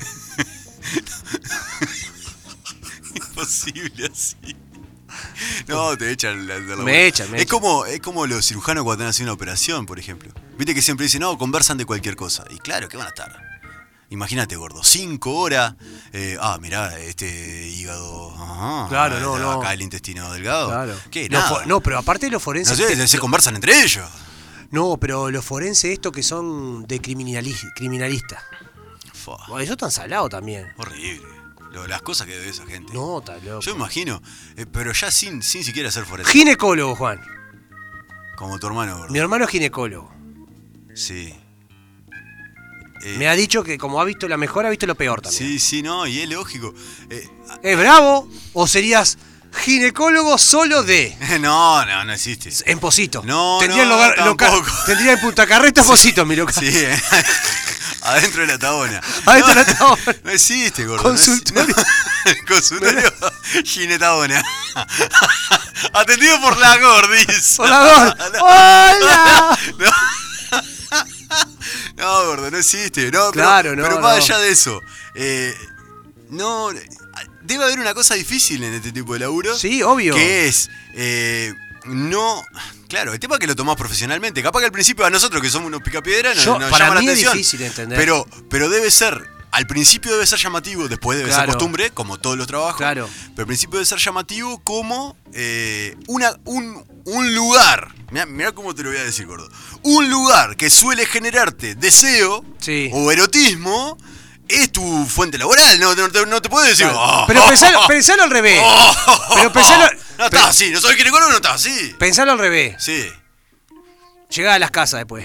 Imposible así. No, te echan la, de la Me boca. echan, me es echan. como Es como los cirujanos cuando están haciendo una operación, por ejemplo. Viste que siempre dicen, no, conversan de cualquier cosa. Y claro, ¿qué van a estar? Imagínate, gordo, cinco horas. eh, ah, mirá, este hígado. Ajá, Claro, no, acá no. Acá el intestino delgado. Claro. ¿Qué? Los Nada. fo- no, pero aparte de los No forenses. sé, te- se conversan entre ellos. no, pero los forenses estos que son de criminali- criminalistas. Fua, Bueno, eso tan salado también. horrible. Lo- las cosas que debe esa gente. No, está loco. Yo me imagino, eh, pero ya sin, sin siquiera ser forense. Ginecólogo, Juan. Como tu hermano, gordo. Mi hermano es ginecólogo. Sí. Eh, Me ha dicho que como ha visto la mejor, ha visto lo peor también. Sí, sí, no, y es lógico. Eh, ¿Es bravo o serías ginecólogo solo de no, no, no existe. en Posito? No, tendría no, el lugar, loca- tampoco. tendría en Punta Carreta Posito, mi loca. Sí, eh. Adentro de la tabona. Adentro no, de la tabona. No existe, gordo. Consultorio. No existe. Consultorio ginetabona. Atendido por la gordis. Hola, Gord. ¡Hola! No. No, gordo, no existe. No, Claro, pero, no, Pero más no. allá de eso, eh, no. Debe haber una cosa difícil en este tipo de laburo. Sí, obvio. Que es. eh, no. Claro, el tema es que lo tomás profesionalmente. Capaz que al principio a nosotros, que somos unos picapiedras, nos, Yo- nos para llama la mí es atención. difícil de entender. Pero, pero debe ser. Al principio debe ser llamativo, después debe ser Claro. costumbre, como todos los trabajos. Claro. Pero al principio debe ser llamativo como eh, una, un, un lugar, mirá, mirá cómo te lo voy a decir, gordo. Un lugar que suele generarte deseo Sí. o erotismo es tu fuente laboral. No, no, no, no te puedo decir. Claro. Oh, Pero oh, pensalo, oh, pensalo al revés. oh, Pero pensalo, No estás así, no soy ginecólogo, no estás así. pensalo al revés. Sí, Llegás a las casas después.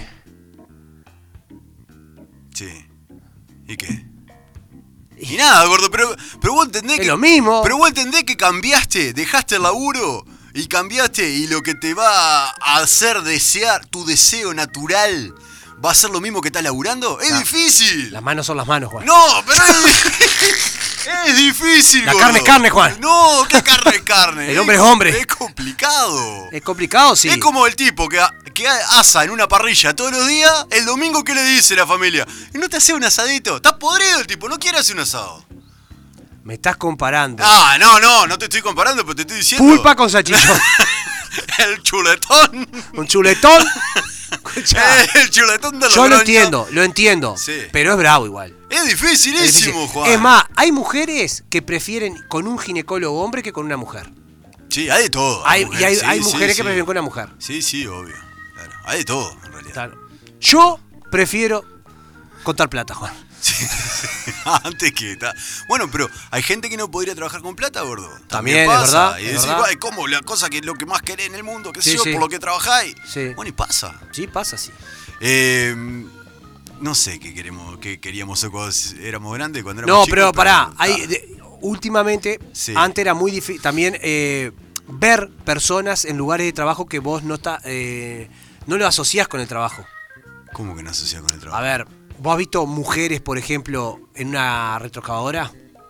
sí. ¿Y qué? Y nada, gordo, pero, pero vos entendés Es que. lo mismo. Pero vos entendés que cambiaste, dejaste el laburo y cambiaste, y lo que te va a hacer desear, tu deseo natural, va a ser lo mismo que estás laburando. Es Ah. difícil. Las manos son las manos, Juan. No, pero es, es difícil, La gordo. carne es carne, Juan. No, ¿qué carne es carne? El hombre es hombre. Es complicado. Es complicado, sí. Es como el tipo que, que asa en una parrilla todos los días, el domingo, ¿qué le dice la familia? ¿Y no te hace un asadito? Estás podrido el tipo, no quiere hacer un asado. Me estás comparando. Ah, no, no, no te estoy comparando, pero te estoy diciendo. Pulpa con salchichón. El chuletón. Un chuletón. Escuchá, El chuletón de los yo lo bronchos. entiendo, lo entiendo. Sí. Pero es bravo igual. Es Es dificilísimo, difícil. Juan. Es más, hay mujeres que prefieren con un ginecólogo hombre que con una mujer. Sí, hay de todo. Hay, y mujeres, hay, sí, hay sí, mujeres sí. que prefieren con una mujer. Sí, sí, obvio. Claro. Hay de todo, en realidad. Claro. Yo prefiero contar plata, Juan. Sí. Antes que está. Bueno, pero hay gente que no podría trabajar con plata, gordo. También, es pasa. verdad, Y es decís, verdad. "Ay, ¿cómo? La cosa que es lo que más querés en el mundo, que sé Sí, yo, sí. por lo que trabajáis. Sí. Bueno, y pasa. Sí, pasa así. Eh, no sé qué queremos, qué queríamos hacer cuando éramos grandes, cuando éramos No, chicos, pero pará. ah, Hay, de- últimamente, Sí. antes era muy difícil también eh, ver personas en lugares de trabajo que vos no, está, eh, no lo asociás con el trabajo. ¿Cómo que no asocia con el trabajo? A ver, ¿vos has visto mujeres, por ejemplo, en una retroexcavadora?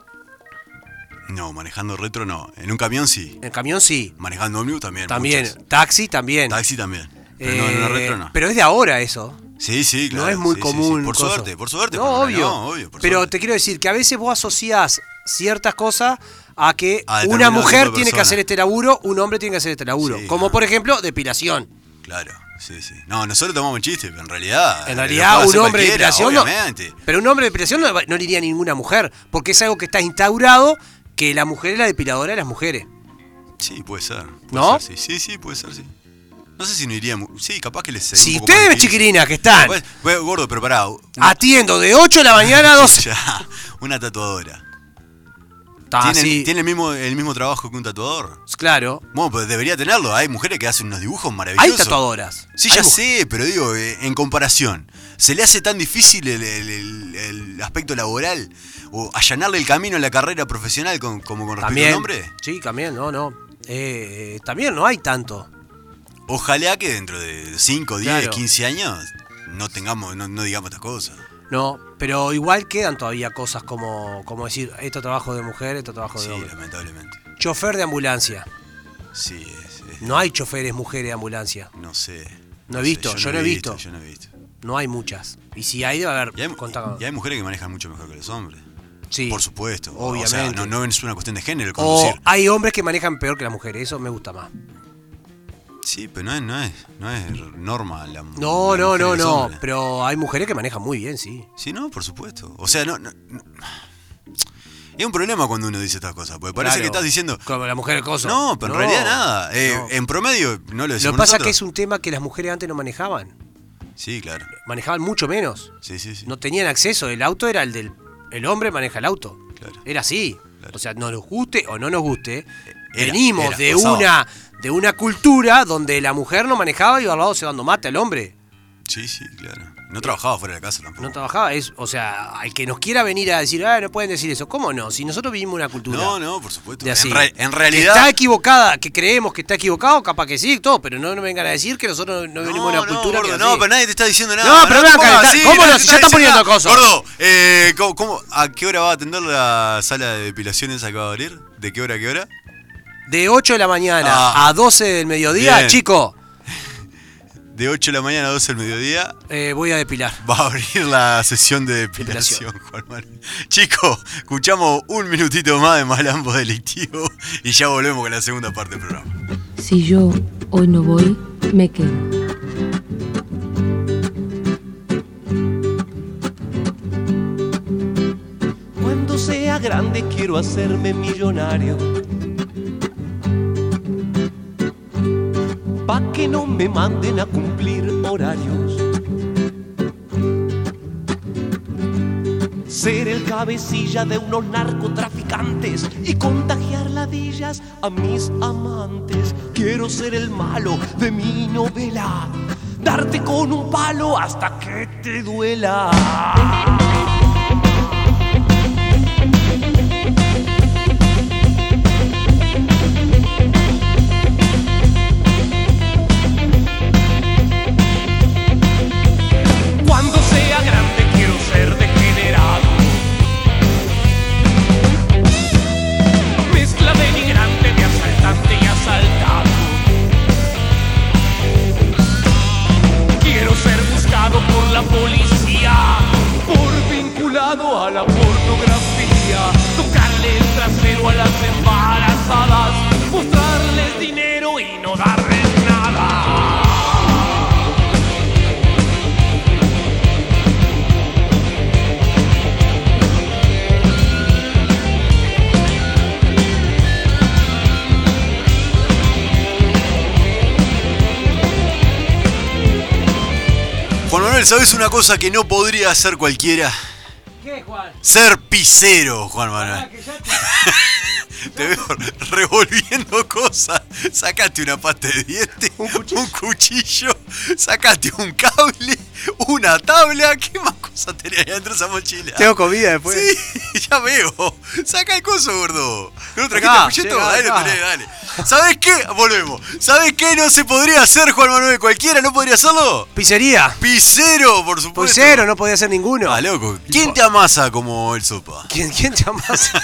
No, manejando retro no. En un camión sí. En el camión sí. Manejando ómnibus también. También. muchas. Taxi también. Taxi también. Pero no, en una Eh, retro no. Pero es de ahora eso. Sí, sí, claro. No es muy sí, sí, sí. común. Por coso. suerte, por suerte. No, por- obvio. no, obvio, por pero suerte. te quiero decir que a veces vos asociás ciertas cosas a que A una determinado mujer tipo de tiene que persona. hacer este laburo, un hombre tiene que hacer este laburo. Sí, Como no. por ejemplo, depilación. Claro, sí, sí. No, nosotros tomamos chiste, pero en realidad. En lo realidad, puede un hacer hombre de cualquiera, depilación no. obviamente. Pero un hombre de depilación no, no le iría a ninguna mujer. Porque es algo que está instaurado que la mujer es la depiladora de las mujeres. Sí, puede ser. Puede ¿No? ser, sí. sí, sí, puede ser, sí. No sé si no iría. mu- Sí, capaz que les sería Si un poco más ustedes, difícil. chiquilinas, que están Pues, pues, gordo, pero pará. atiendo de ocho de la mañana a doce. Ya, una tatuadora. Ah, ¿Tiene, sí, ¿Tiene el, mismo, el mismo trabajo que un tatuador? claro. Bueno, pues debería tenerlo. Hay mujeres que hacen unos dibujos maravillosos. Hay tatuadoras. Sí, Hay ya mu- sé, pero digo, eh, en comparación, ¿se le hace tan difícil el, el- el- el aspecto laboral? ¿O allanarle el camino en la carrera profesional con- como con respecto También. al nombre? Sí, también, no, no. Eh, eh, también no hay tanto. Ojalá que dentro de cinco, diez, Claro. quince años no tengamos, no, no digamos estas cosas. No, pero igual quedan todavía cosas como, como decir, esto trabajo de mujer, esto trabajo de Sí, hombre. lamentablemente. Chofer de ambulancia. Sí, es- es- No hay choferes mujeres de ambulancia. no sé. No he sé, visto, yo no he visto. Yo no he visto. No hay muchas. Y si hay, debe haber. Y hay, contado. y hay mujeres que manejan mucho mejor que los hombres. Sí. Por supuesto. O sea, Obviamente. no, no es una cuestión de género el O conducir. hay hombres que manejan peor que las mujeres. Eso me gusta más. Sí, pero no es, no es, no es norma la No, la no, mujer no, y los no. hombres. Pero hay mujeres que manejan muy bien, sí. Sí, no, por supuesto. O sea, no, no- no- es un problema cuando uno dice estas cosas, porque parece Claro. que estás diciendo. Como la mujer coso. No, pero en realidad nada. Eh, no. En promedio, no lo Lo decimos que pasa es nosotros. que es un tema que las mujeres antes no manejaban. Sí, claro. Manejaban mucho menos. Sí, sí, sí. No tenían acceso. El auto era el del. El hombre maneja el auto. Claro. Era así. Claro. O sea, nos guste o no nos guste. Era, venimos era, de pasaba. una de una cultura donde la mujer no manejaba y iba al lado se dando mate al hombre. Sí, sí, claro. No trabajaba fuera de casa tampoco. No trabajaba. Es, o sea, al que nos quiera venir a decir, ah, no pueden decir eso. ¿Cómo no? Si nosotros vivimos una cultura. No, no, por supuesto. De así. En, re- en Que realidad. está equivocada, que creemos que está equivocado, capaz que sí, todo, pero no nos vengan a decir que nosotros no venimos de una cultura gordo, que no, así. pero nadie te está diciendo nada. No, pero te ven acá, pongas está- así, ¿cómo nadie no? te Si ya está están diciendo poniendo nada. cosas. Gordo, eh, ¿cómo, cómo- ¿a qué hora va a atender la sala de depilación esa que va a abrir? ¿De qué hora a qué hora? De ocho de la mañana Ah. a doce del mediodía, Bien. chico, De ocho de la mañana a doce del mediodía eh, voy a depilar. va a abrir la sesión de depilación, Juan Manuel. Chicos, escuchamos un minutito más de Malambo Delictivo y ya volvemos con la segunda parte del programa. Si yo hoy no voy, me quedo. Cuando sea grande quiero hacerme millonario. pa' que no me manden a cumplir horarios. Ser el cabecilla de unos narcotraficantes y contagiar ladillas a mis amantes. Quiero ser el malo de mi novela, darte con un palo hasta que te duela. Cuando sea grande quiero ser degenerado, mezcla denigrante de asaltante y asaltado. Quiero ser buscado por la policía, por vinculado a la pornografía, tocarle el trasero a las embarazadas, mostrarles dinero y no darles nada. Juan Manuel, ¿sabes una cosa que no podría hacer cualquiera? ¿Qué, Juan? Ser pisero, Juan Manuel. Te veo revolviendo cosas. Sacate una pasta de dientes, un cuchillo, un cuchillo, sacate un cable, una tabla. ¿Qué más cosas tenés ahí dentro de esa mochila? Tengo comida después. Sí, ya veo. Saca el coso, gordo. ¿No trajiste Acá, el folleto? llega, Dale, acá. dale, dale. ¿Sabés qué? Volvemos. ¿Sabés qué no se podría hacer, Juan Manuel? ¿Cualquiera no podría hacerlo? Pizzería. Pisero, por supuesto. Pizero, no podía ser ninguno. Ah, loco. ¿Quién te amasa como el sopa? ¿Quién, quién te amasa?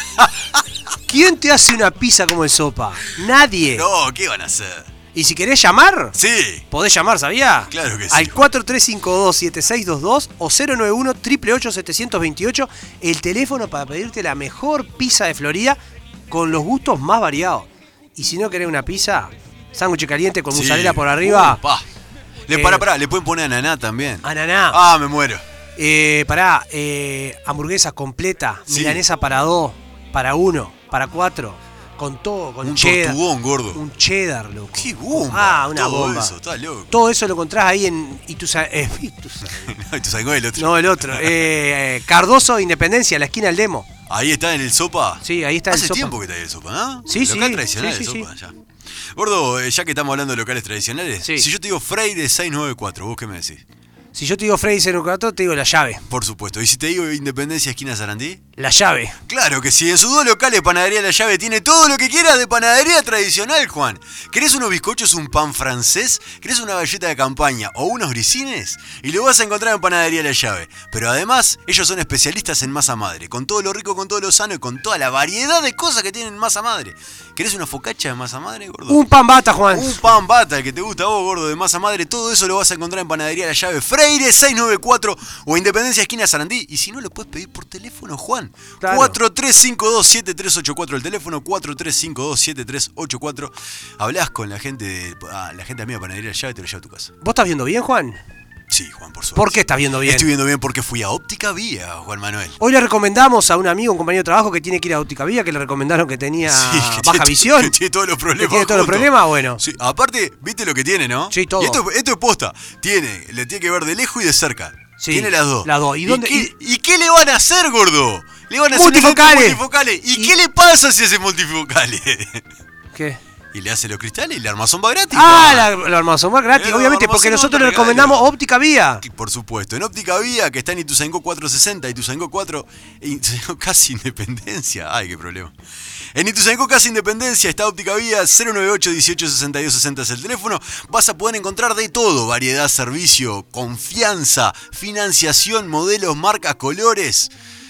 ¿Quién te hace una pizza como el sopa? Nadie. No, ¿qué van a hacer? Y si querés llamar, Sí. podés llamar, ¿sabía? Claro que sí. Al cuatro tres cinco dos siete seis dos dos o cero nueve uno, ocho ocho ocho, siete dos ocho, el teléfono para pedirte la mejor pizza de Florida con los gustos más variados. Y si no querés una pizza, sándwich caliente con Sí. mozzarella por arriba. Uh, pa. Le, Eh, pará, pará, le pueden poner ananá también. Ananá. Ah, me muero. Eh, pará, eh, hamburguesa completa, Sí. milanesa para dos, para uno, para cuatro, con todo, con Un cheddar. tortugón, gordo. Un cheddar, loco. ¡Qué bomba! Ah, una Todo bomba. eso, está loco. Todo eso lo encontrás ahí en Ituza, eh, Ituza- No, tú sabes cuál es el otro. No, el otro. Eh, eh, Cardoso Independencia, la esquina del Demo. Ahí está en el sopa. Sí, ahí está el Hace sopa. tiempo que está ahí el sopa, ¿no? Sí, sí, Local tradicional sí, el sí, sopa, ya. Gordo, eh, ya que estamos hablando de locales tradicionales, Sí. si yo te digo Freire seiscientos noventa y cuatro, ¿vos qué me decís? Si yo te digo Freddy cero cuatro, te digo la llave. Por supuesto. ¿Y si te digo Independencia esquina Sarandí? La llave. Claro que sí, en sus dos locales Panadería La Llave tiene todo lo que quieras de panadería tradicional, Juan. ¿Querés unos bizcochos, un pan francés? ¿Querés una galleta de campaña o unos grisines? Y lo vas a encontrar en Panadería La Llave. Pero además, ellos son especialistas en masa madre, con todo lo rico, con todo lo sano y con toda la variedad de cosas que tienen en masa madre. ¿Querés una focaccia de masa madre, gordo? Un pan bata, Juan. Un pan bata, el que te gusta a vos, gordo, de masa madre. Todo eso lo vas a encontrar en Panadería La Llave, Freire seiscientos noventa y cuatro o Independencia esquina Sarandí. Y si no, lo puedes pedir por teléfono, Juan. Claro. cuatro tres cinco dos siete tres ocho cuatro, el teléfono cuatro tres cinco dos siete tres ocho cuatro. Hablás con la gente de ah, la gente amiga de Panadería La Llave y te lo lleva a tu casa. ¿Vos estás viendo bien, Juan? Sí, Juan, por suerte. ¿Por qué estás viendo bien? Estoy viendo bien porque fui a Óptica Vía, Juan Manuel. Hoy le recomendamos a un amigo, un compañero de trabajo que tiene que ir a Óptica Vía, que le recomendaron que tenía Sí, que baja tiene- visión. que tiene todos los problemas. Que tiene todos los juntos. problemas, bueno. Sí, aparte, viste lo que tiene, ¿no? Sí, todo. Y esto, esto es posta. Tiene, le tiene que ver de lejos y de cerca. Sí, Tiene las dos. las dos. ¿Y dónde- qué, y qué le van a hacer, gordo? Le van a hacer Multifocales. lentes multifocales. ¿Y, Y- qué le pasa si hace multifocales? ¿Qué? Y le hace los cristales y el armazón va gratis. Ah, Juan. la, la armazón más gratis, Eh, obviamente, armazón porque no nosotros te le recomendamos regalo. Óptica Vía. Y por supuesto, en Óptica Vía, que está en Ituzaingó cuatrocientos sesenta, Ituzaingó cuatro, y casi Independencia. Ay, qué problema. En Ituzaingó casi Independencia está Óptica Vía, cero nueve ocho dieciocho sesenta y dos sesenta es el teléfono. Vas a poder encontrar de todo: variedad, servicio, confianza, financiación, modelos, marcas, colores.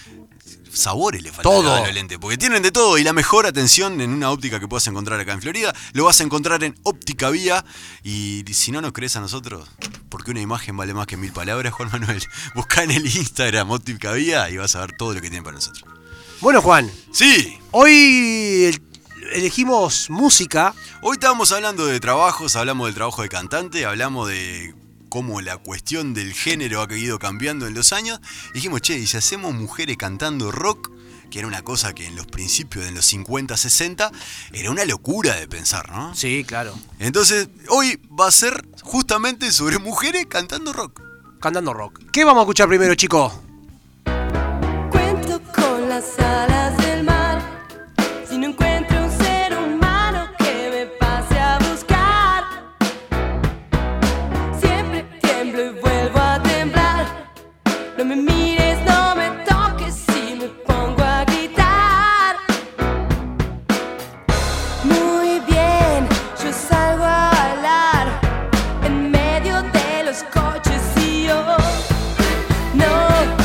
Sabores le faltan Todo. a los lentes, porque tienen de todo y la mejor atención en una óptica que puedas encontrar acá en Florida, lo vas a encontrar en Óptica Vía. Y si no nos crees a nosotros, porque una imagen vale más que mil palabras, Juan Manuel, buscá en el Instagram Óptica Vía y vas a ver todo lo que tienen para nosotros. Bueno, Juan, Sí, hoy el- elegimos música. hoy estábamos hablando de trabajos, hablamos del trabajo de cantante, hablamos de cómo la cuestión del género ha ido cambiando en los años. Dijimos, che, ¿y si hacemos mujeres cantando rock? que era una cosa que en los principios, en los cincuenta, sesenta, era una locura de pensar, ¿no? Sí, claro. Entonces, hoy va a ser justamente sobre mujeres cantando rock. Cantando rock. ¿Qué vamos a escuchar primero, chicos? Cuento con las alas del mar. Si no encuentro un ser humano que me pase a buscar, siempre tiemblo y vuelvo a temblar. No me mires, no me toques si me pongo a gritar. Muy bien, yo salgo a bailar en medio de los coches y yo no.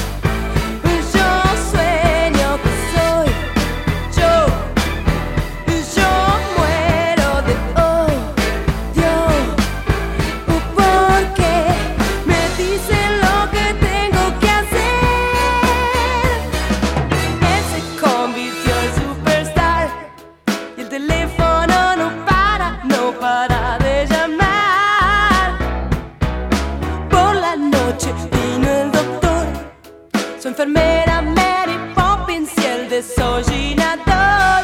Enfermera Mary Poppins y el desollinador.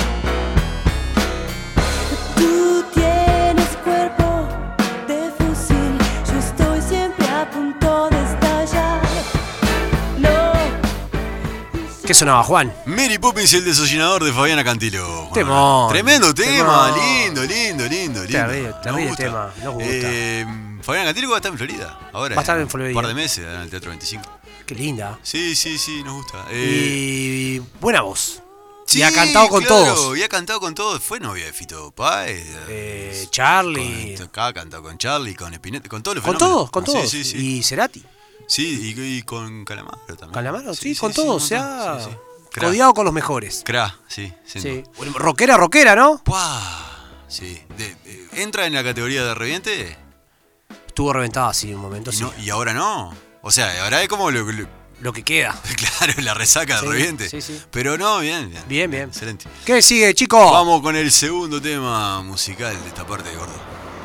Tú tienes cuerpo de fusil, yo estoy siempre a punto de estallar. No. ¿Qué sonaba, Juan? Mary Poppins y el desollinador de Fabiana Cantilo. Juan. Temón. Tremendo tema, Temón. lindo, lindo, lindo, lindo. Terrible, Nos terrible gusta. tema, nos gusta. Eh, Fabiana Cantilo va a estar en Florida. Ahora, Va a estar en Florida. Un par de meses en el Teatro veinticinco. Qué linda. Sí, sí, sí, nos gusta. Eh, Y buena voz. sí, y ha cantado con claro, todos. Y ha cantado con todos. Fue novia de Fito Páez. Eh, Charlie. Con, acá ha cantado con Charlie, con Spinetta, con todos los Con fenómenos. todos, con todos. Sí, sí, sí. Y Cerati. Sí, y, y con Calamaro también. Calamaro, sí, con todos. un Se montón. ha Sí, sí. Cra. codiado con los mejores. Cra, sí, sin Sí. duda. Bueno, rockera, rockera, ¿no? ¡Puah! Sí. De- de- ¿Entra en la categoría de reviente? Estuvo reventada así un momento, Y, sí. no- y ahora no. O sea, ahora es como lo, lo- Lo que queda. claro, la resaca Sí, de reviente. sí, sí. Pero no, bien, bien. Bien, bien. Excelente. ¿Qué sigue, chicos? Vamos con el segundo tema musical de esta parte de Gordo.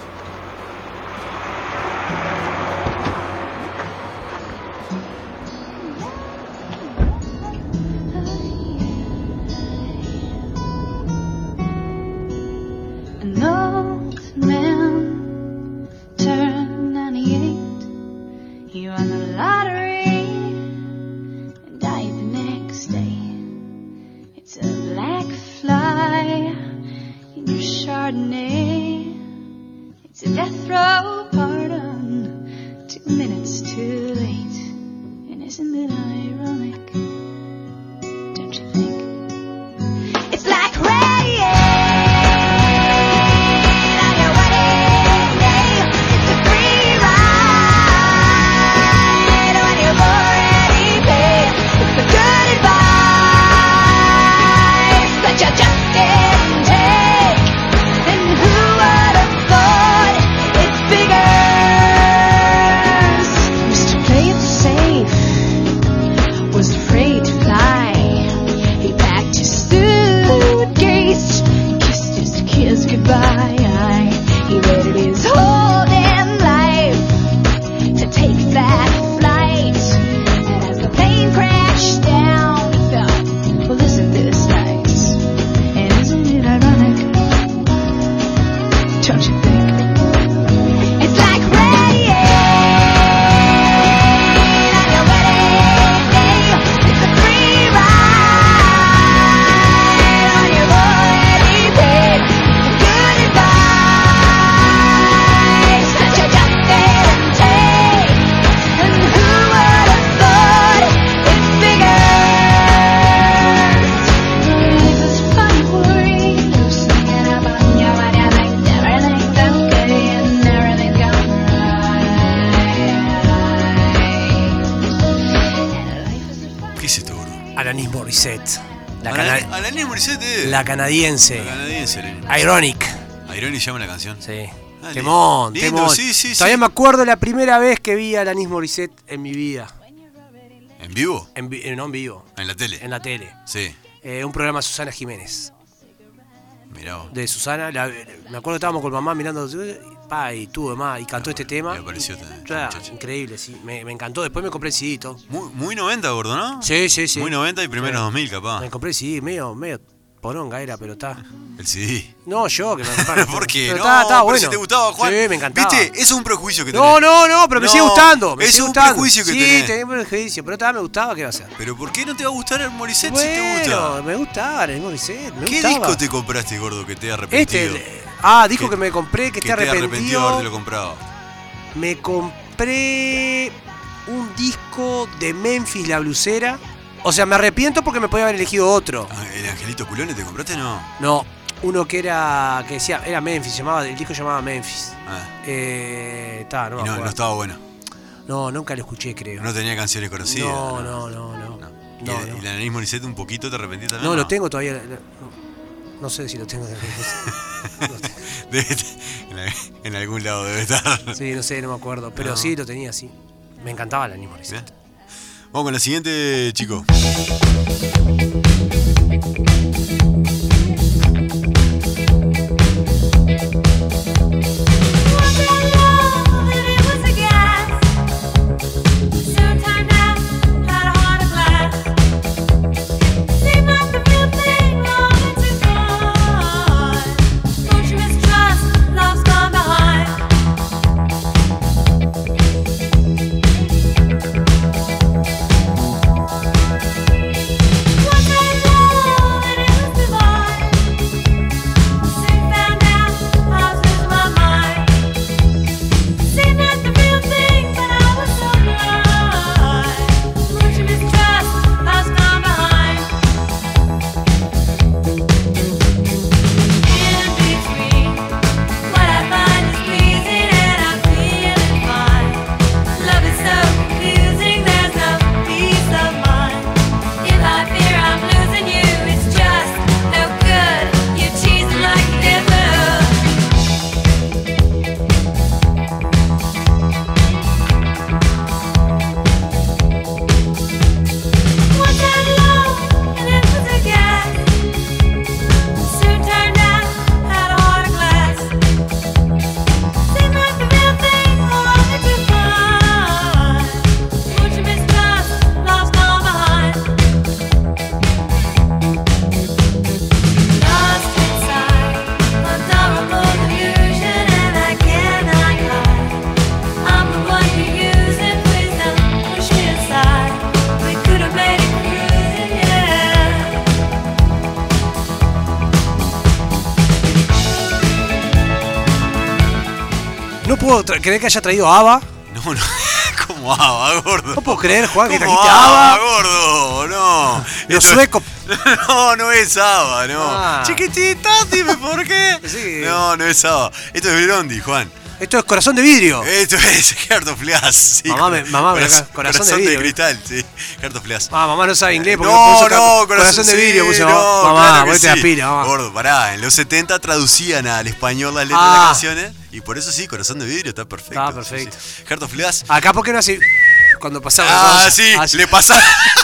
An old man turned ninety-eight. He won the lottery and died the next day. It's a black fly in your Chardonnay. It's a death row pardon, two minutes too late. And isn't it ironic? Don't you think? It's like radiation. Alanis Morissette. La, Alanis cana- Alanis Morissette es. la canadiense. La canadiense, Alanis. Ironic. Ironic llama la canción. Sí. Ah, Temón, lindo, temón. sí, sí, Todavía sí. me acuerdo la primera vez que vi a Alanis Morissette en mi vida. ¿En vivo? En vi- eh, no en vivo, ¿En la tele? en la tele. Sí. Eh, un programa de Susana Jiménez. Mirá vos. De Susana. la- me acuerdo que estábamos con mamá mirando. pa, y tuvo más, y cantó este tema. Me pareció también, Ya, muchacho. increíble, sí. Me, me encantó. Después me compré el C D y todo. Muy, muy noventa, gordo, ¿no? Sí, sí, sí. Muy noventa y primeros Sí. dos mil, capaz. Me compré el C D, medio, medio poronga era, pero está. El C D. No, yo que me compré. ¿Por qué? Pero no, está, está pero bueno. si te gustaba, Juan. Sí, me encantaba. ¿Viste? Eso es un prejuicio que No, tenés. no, no, pero me No, sigue gustando. Me es sigue un gustando. prejuicio que sí, tenés. tenía un prejuicio, pero también me gustaba, ¿qué va a hacer? Pero ¿por qué no te va a gustar el Morissette si te Bueno, gusta? me gustaba el Morissette, me ¿Qué gustaba. disco te compraste, gordo, que te ha Este, arrepentido? el- ah, dijo Que- que me compré, que, que esté te ha arrepentido de arrepentido. haberte lo comprado. Me compré un disco de Memphis la blusera. O sea, me arrepiento porque me podía haber elegido otro. Ah, ¿El Angelito Culone te compraste no? No, uno que era, que decía, era Memphis, se llamaba, el disco se llamaba Memphis. Ah, Eh, está, no, me y no, acuerdo. no estaba bueno. No, nunca lo escuché, creo. No tenía canciones conocidas. No, no, no, no. No. ¿Y, No, el, no. y la nariz Morissette un poquito te arrepentiste también? No, lo tengo todavía. No, no sé si lo tengo. Debe estar- en, la- en algún lado debe estar. Sí, no sé, no me acuerdo. Pero No. sí, lo tenía, sí. Me encantaba el anime Morissette. Bien. Vamos con la siguiente, chico. No puedo tra- creer que haya traído a ABBA. No, no. ¿Cómo ABBA, gordo? No puedo creer, Juan, que ¿Cómo trajiste ABBA, ABBA. gordo? No. Los Esto- suecos. No, no es ABBA, no. Ah. Chiquitita, dime por qué. Sí. No, no es ABBA. Esto es Blondie, Juan. Esto es corazón de vidrio. Esto es Heart of Glass. Sí, Mamá me- mamá me- corazón, corazón de corazón vidrio. cristal, sí. Heart of Glass. Ah, mamá no sabe inglés porque No, puso no, ca- corazón de sí, vidrio. Puso, no, mamá, claro que ponete la sí. pila, mamá. Gordo, pará, en los setenta traducían al español las letras Ah. de las canciones y por eso sí, corazón de vidrio está perfecto. Está perfecto. Sí, sí. Heart of Glass. Acá, ¿por qué no hace cuando pasaba? Ah, la sí, cosa? le pasaba.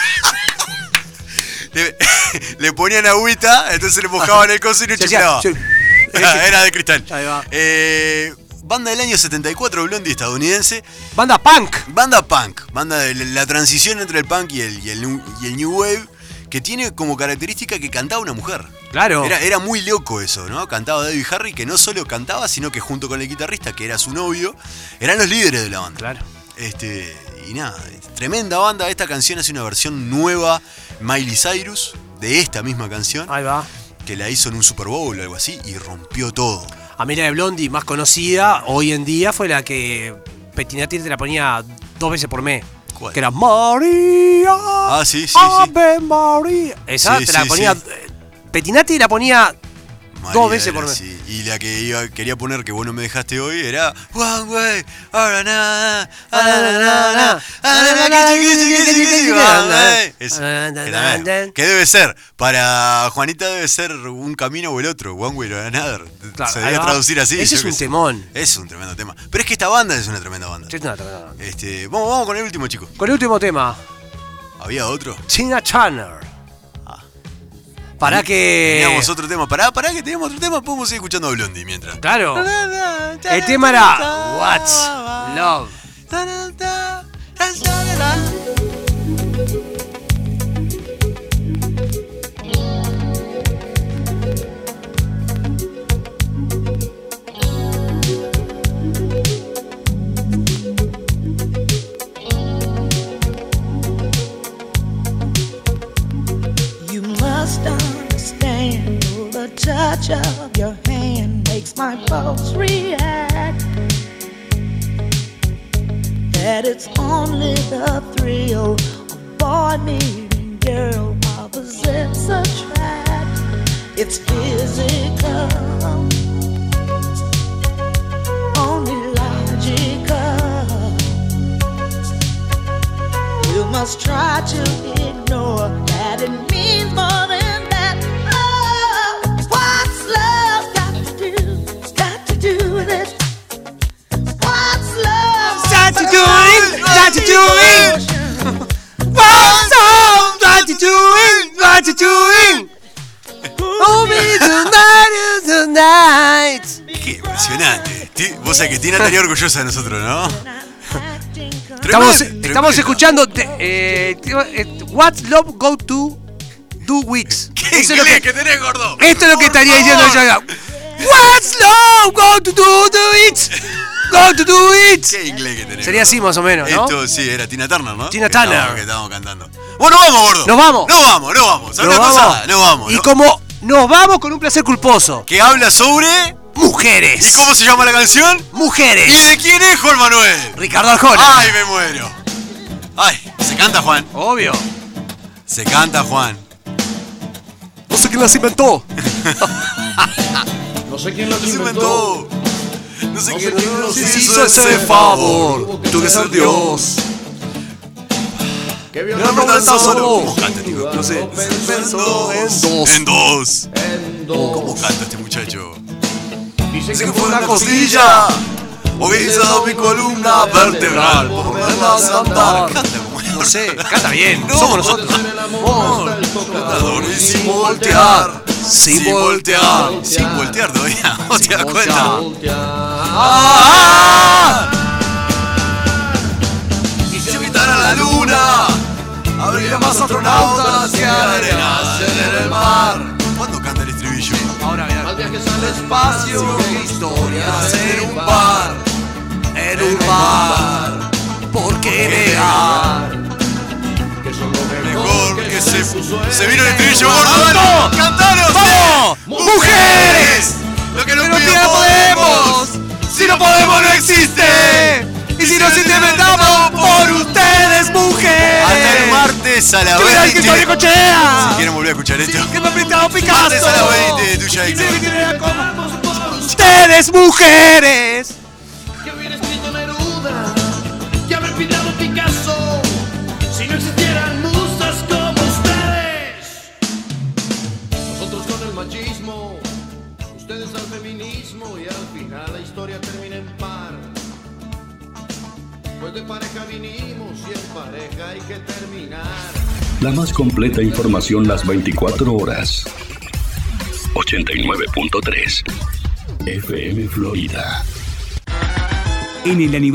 le, le ponían agüita, entonces le mojaban el coso y no Se hacía- chiflaba. sí. Era de cristal. Ahí va. Eh, banda del año setenta y cuatro, Blondie estadounidense. Banda punk. Banda punk, banda de la transición entre el punk y el, y el, nu- y el new wave, que tiene como característica que cantaba una mujer. Claro. Era, era muy loco eso, ¿no? Cantaba Debbie Harry, que no solo cantaba, sino que junto con el guitarrista, que era su novio, eran los líderes de la banda. Claro. Este, y nada, tremenda banda. Esta canción hace una versión nueva, Miley Cyrus, de esta misma canción, Ahí va. que la hizo en un Super Bowl o algo así, y rompió todo. A mí la de Blondie más conocida hoy en día fue la que Pettinati te la ponía dos veces por mes. ¿Cuál? Que era María. Ah, sí, sí, sí. Ave María. Esa Sí, te la sí, ponía. sí. eh, Pettinati la ponía María dos veces era por mes. así. Y la que iba, quería poner que vos no me dejaste hoy era One way, ahora nada, que debe ser, para Juanita debe ser un camino o el otro, One way or another. Claro, Se ahí debe va. traducir así. Ese yo es qué un sé. temón. Es un tremendo tema. Pero es que esta banda es una tremenda banda. Sí, no, no, no. Este, vamos, vamos con el último, chico. Con el último tema, ¿Había otro? Tina Turner. Pará que... Teníamos otro tema. Pará, pará que teníamos otro tema. Podemos seguir escuchando a Blondie mientras. Claro. El tema era What's Love. You must understand, the touch of your hand makes my pulse react. That it's only the thrill of boy meeting girl, opposites attract. It's physical, only logical. You must try to ignore that it means more than that. Oh, what's love got to do? Got to do with it. What's love Got to do it, got to do it. What's love got to do it, got to do it. Oh, me tonight is the night. Qué impresionante. Ti- Vos sabés que Tina estaría orgullosa de nosotros, ¿no? Estamos, Tremendo, estamos tremendo. escuchando te- eh, eh, What's Love Go To Do With. ¿Qué Eso es lo inglés que, que tenés, gordo? esto es lo que Por estaría diciendo favor. yo. What's Love Go To Do Do It. Go To Do It. ¿Qué inglés que tenés? Sería así más o menos, ¿no? Esto sí, era Tina Turner, ¿no? Tina Que estábamos- Turner. Que estábamos cantando. Bueno, vamos, gordo. Nos vamos. No vamos, no vamos. ¿Sabes Nos una vamos. cosa? No vamos. Y no- como nos vamos con un placer culposo. Que habla sobre... Mujeres. ¿Y cómo se llama la canción? Mujeres. ¿Y de quién es Juan Manuel? Ricardo Arjona. Ay, me muero. Ay, se canta Juan. Obvio. Se canta Juan. No sé quién las inventó. No sé quién lo No se inventó. inventó. No sé quién nos Sí, hizo hizo ese favor. Tú que sos Dios. Que vio No, una no, tan sola solo. voz. ¿Cómo canta, Nico? No sé. Pensó en dos. En dos. En dos. ¿Cómo canta este muchacho? Dice Dice que que fue una costilla. Movilizado mi columna vertebral. Por verlas andar. Canta como No sé, canta bien. No. Somos nosotros. amor del tocador. y sin voltear. Sin Sin voltear. voltear. Sin voltear todavía. ¿No te das voltear. cuenta? Voltear. ¡Ah! Y si habitara la luna, habría más astronautas que arenas en el mar. ¿Cuándo canta el estribillo? Ahora, mira. Más viajes al espacio. Qué historias En un bar. en un bar. ¿Por qué negar? Que son lo Mejor que se, puso en se vino el estribillo, ¡Vamos! gordo. ¡Cantanos! ¡Vamos! ¡Mujeres! Lo que no Pero pido no podemos. Si no podemos, no existe. Y si nos inventamos por ustedes, mujeres. Hasta el martes a la ¡Que mira el veinte. Cristo de Cochea! Si quieren volver a escuchar esto. ¡Que me ha pintado Picasso! Martes a las veinte, tuya, Héctor. ¡Ustedes, mujeres! Que hubiera escrito Neruda, que haber pintado Picasso, si no existieran musas como ustedes. Nosotros con el machismo, ustedes al feminismo, y al final la historia termina en par. Pues de pareja vinimos y en pareja hay que terminar. La más completa información las veinticuatro horas. ochenta y nueve punto tres F M Florida. En el aniversario